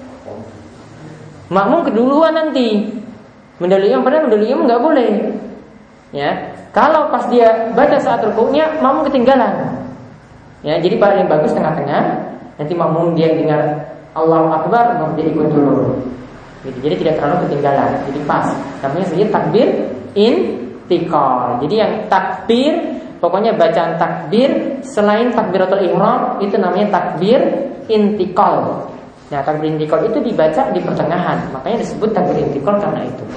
Makmum keduluan nanti. Mendahului imam, padahal mendahului imam enggak boleh. Ya. Kalau pas dia baca saat rukuknya, makmum ketinggalan. Ya, jadi paling bagus tengah-tengah. Nanti makmum dia dengar Allahu Akbar, makmum dia ikut dulu. Gitu. Jadi tidak terlalu ketinggalan, jadi pas. Namanya saja takbir intikal. Jadi yang takbir, pokoknya bacaan takbir selain takbiratul ihram itu namanya takbir intikal. Nah, takbir intikal itu dibaca di pertengahan, makanya disebut takbir intikal karena itu.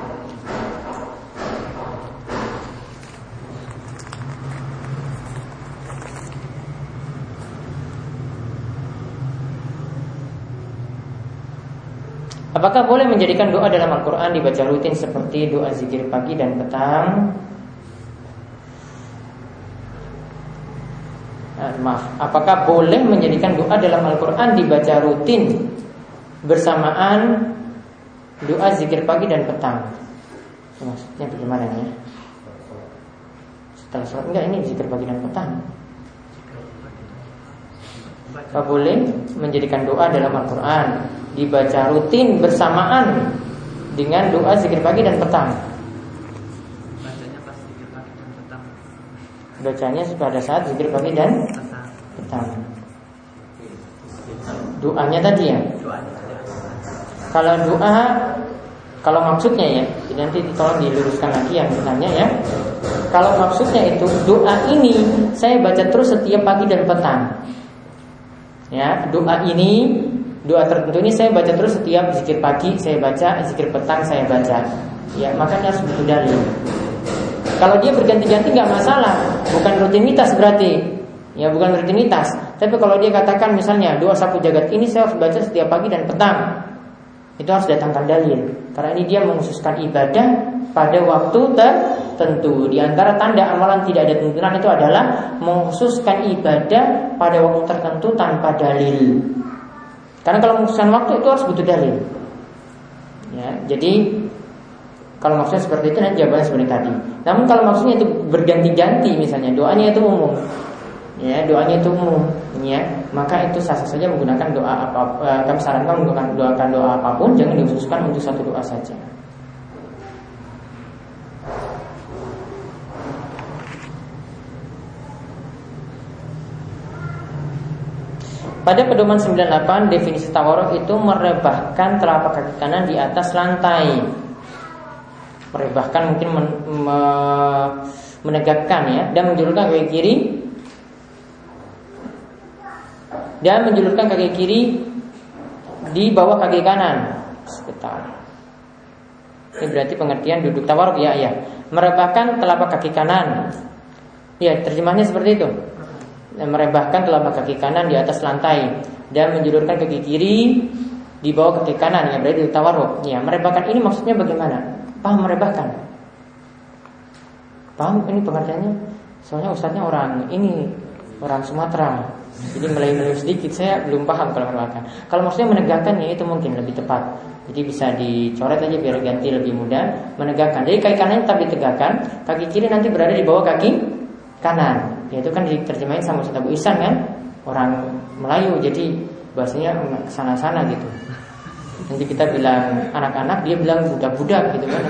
Apakah boleh menjadikan doa dalam Al-Quran dibaca rutin seperti doa zikir pagi dan petang? Nah, maaf, apakah boleh menjadikan doa dalam Al-Quran dibaca rutin bersamaan doa zikir pagi dan petang? Maksudnya bagaimana ya? Setelah sholat, enggak, ini zikir pagi dan petang. Apakah boleh menjadikan doa dalam Al-Quran dibaca rutin bersamaan dengan doa zikir pagi dan petang?
Bacanya pas zikir pagi dan petang.
Bacanya pada saat zikir pagi dan petang. Doanya tadi ya. Kalau doa, kalau maksudnya ya, nanti tolong diluruskan lagi yang bertanya ya. Kalau maksudnya itu doa ini saya baca terus setiap pagi dan petang. Ya, doa ini, doa tertentu ini saya baca terus setiap zikir pagi saya baca, zikir petang saya baca. Ya, makanya harus butuh dalil. Kalau dia berganti-ganti nggak masalah, bukan rutinitas berarti. Ya, bukan rutinitas. Tapi kalau dia katakan misalnya doa sapu jagat ini saya harus baca setiap pagi dan petang, itu harus datangkan dalil. Karena ini dia mengkhususkan ibadah pada waktu tertentu. Di antara tanda amalan tidak ada tuntunan itu adalah mengkhususkan ibadah pada waktu tertentu tanpa dalil. Karena kalau mengkhususkan waktu itu harus butuh dalil. Ya, jadi kalau maksudnya seperti itu nanti jawabannya seperti tadi. Namun kalau maksudnya itu berganti-ganti, misalnya doanya itu umum, ya doanya itu umum, ya maka itu sah-sah saja menggunakan doa apa. Eh, kami sarankan menggunakan doakan doa apapun, jangan dikhususkan untuk satu doa saja. Pada pedoman sembilan puluh delapan definisi tawarruk itu merebahkan telapak kaki kanan di atas lantai. Merebahkan mungkin men, me, menegakkan ya, dan menjulurkan kaki kiri dan menjulurkan kaki kiri di bawah kaki kanan. Sebentar. Ini berarti pengertian duduk tawarruk ya, ya. Merebahkan telapak kaki kanan. Ya, terjemahnya seperti itu. Merebahkan telapak kaki kanan di atas lantai dan menjulurkan kaki kiri di bawah kaki kanan, ya berarti tawarruk. Ya, merebahkan ini maksudnya bagaimana? Paham merebahkan? Paham ini pengertiannya? Soalnya ustadznya orang ini orang Sumatera, jadi melayu-melayu sedikit, saya belum paham kalau merebahkan. Kalau maksudnya menegakkan ya itu mungkin lebih tepat. Jadi bisa dicoret aja biar ganti lebih mudah. Menegakkan. Jadi kaki kanan tetap ditegakkan, kaki kiri nanti berada di bawah kaki kanan. Ya itu kan diterjemahin sama Ustaz Abu Ihsan kan, orang Melayu, jadi bahasanya kesana-sana gitu. Nanti kita bilang anak-anak, dia bilang budak-budak gitu kan.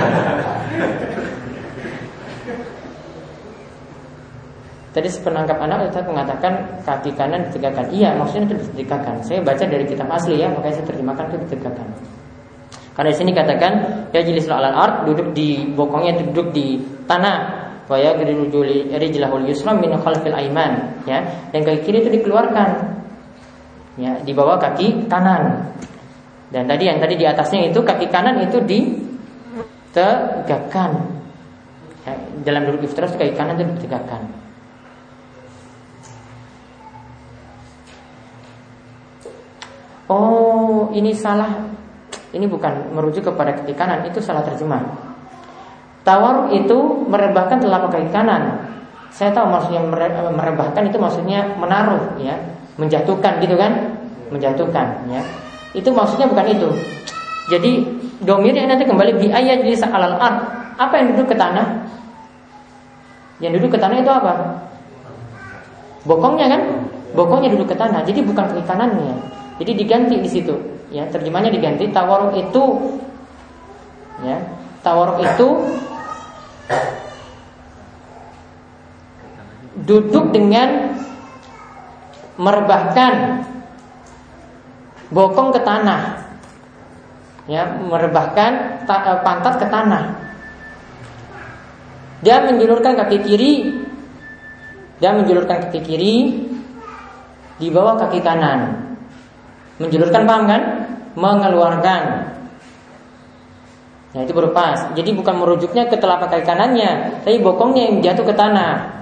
Tadi sepenangkap anak Ustaz mengatakan kaki kanan ditegakkan. Iya, maksudnya itu ditegakkan. Saya baca dari kitab asli ya, makanya saya terjemahkan itu ditegakkan. Karena di sini katakan ya jilisul alal ard, duduk di bokongnya, duduk di tanah. Wa yagridu rijlahul yusra min khalfil aiman, ya. Dan kaki kiri itu dikeluarkan. Ya, di bawah kaki kanan. Dan tadi yang tadi di atasnya itu kaki kanan itu ditegakkan. Ya, dalam duduk iftiras kaki kanan itu ditegakkan. Oh, ini salah. Ini bukan merujuk kepada kaki kanan, itu salah terjemah. Tawarruk itu merebahkan telapak kaki kanan. Saya tahu maksudnya merebahkan itu maksudnya menaruh, ya, menjatuhkan gitu kan? Menjatuhkan, ya. Itu maksudnya bukan itu. Jadi domirnya nanti kembali bi ayat di alal ard. Apa yang duduk ke tanah? Yang duduk ke tanah itu apa? Bokongnya kan? Bokongnya duduk ke tanah. Jadi bukan kaki kanannya. Jadi diganti di situ, ya, terjemahnya diganti. Tawarruk itu, ya, tawarruk itu duduk dengan merebahkan bokong ke tanah, ya, merebahkan ta- pantat ke tanah. Dia menjulurkan kaki kiri, dia menjulurkan kaki kiri di bawah kaki kanan. Menjulurkan, paham kan? Mengeluarkan. Nah, itu baru pas. Jadi bukan merujuknya ke telapak kaki kanannya, tapi bokongnya yang jatuh ke tanah.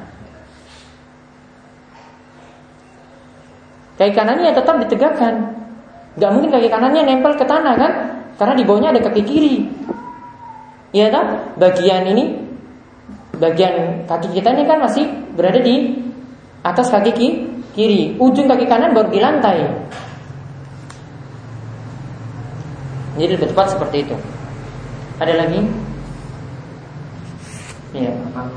Kaki kanannya tetap ditegakkan. Gak mungkin kaki kanannya nempel ke tanah kan? Karena di bawahnya ada kaki kiri. Iya kan? Bagian ini, bagian kaki kita ini kan masih berada di atas kaki kiri. Ujung kaki kanan baru di lantai. Jadi lebih tepat seperti itu. Ada lagi? Iya.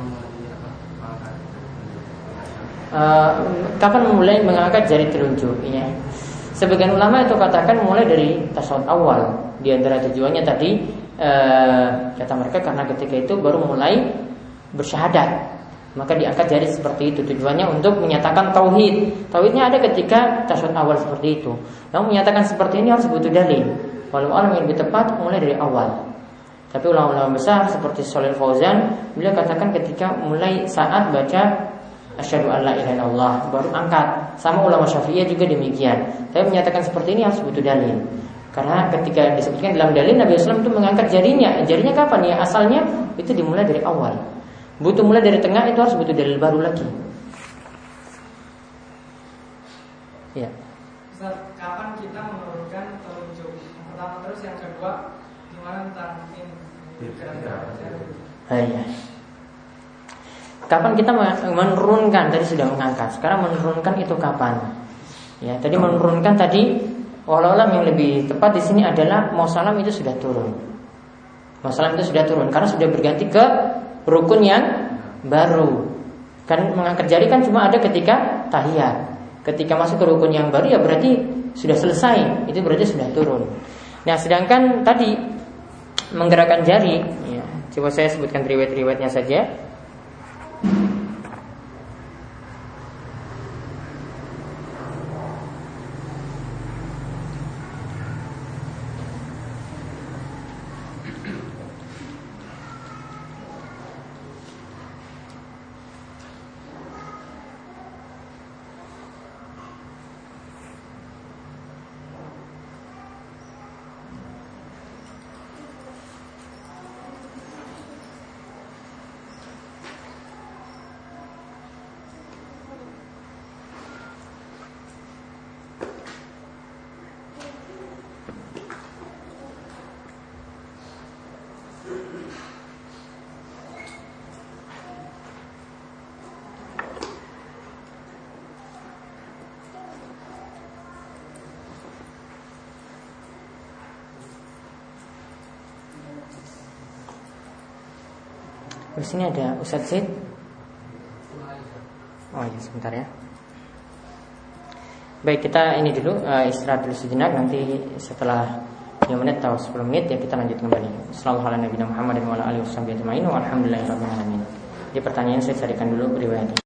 Uh, kapan memulai mengangkat jari telunjuk? Ya. Sebagian ulama itu katakan mulai dari tasawuf awal. Di antara tujuannya tadi, uh, kata mereka karena ketika itu baru mulai bersyahadat, maka diangkat jari seperti itu. Tujuannya untuk menyatakan tauhid. Tauhidnya ada ketika tasawuf awal seperti itu. Namun menyatakan seperti ini harus butuh dalil. Walau alam yang lebih tepat mulai dari awal. Tapi ulama-ulama besar seperti Shalih Fauzan, beliau katakan ketika mulai saat baca asyhadu alla ilaha illallah baru angkat. Sama ulama Syafi'iyah juga demikian. Tapi menyatakan seperti ini harus butuh dalil. Karena ketika disebutkan dalam dalil Nabi sallallahu alaihi wasallam itu mengangkat jarinya. Jarinya kapan ya? Asalnya itu dimulai dari awal. Butuh mulai dari tengah itu harus butuh dalil baru lagi. Ya.
Ustaz, kapan kita menurunkan telunjuk? Pertama terus yang kedua gimana tentang ini?
Iya. Kapan kita menurunkan? Tadi sudah mengangkat. Sekarang menurunkan itu kapan? Ya, tadi menurunkan tadi walau yang lebih tepat di sini adalah mau salam itu sudah turun. Mau salam itu sudah turun karena sudah berganti ke rukun yang baru. Kan mengangkat jari kan cuma ada ketika tahiyat. Ketika masuk ke rukun yang baru ya berarti sudah selesai. Itu berarti sudah turun. Nah, sedangkan tadi menggerakkan jari, ya, coba saya sebutkan riwayat-riwayatnya saja. Di sini ada Ustaz Zaid. Oh ya, sebentar ya. Baik, kita ini dulu uh, istirahat dulu sejenak. Nanti setelah lima menit atau sepuluh menit ya kita lanjut kembali. Sallallahu alaihi Muhammad wa ala alihi wasallam ajma'in. Walhamdulillahirabbil alamin. Di pertanyaan saya carikan dulu riwayatnya.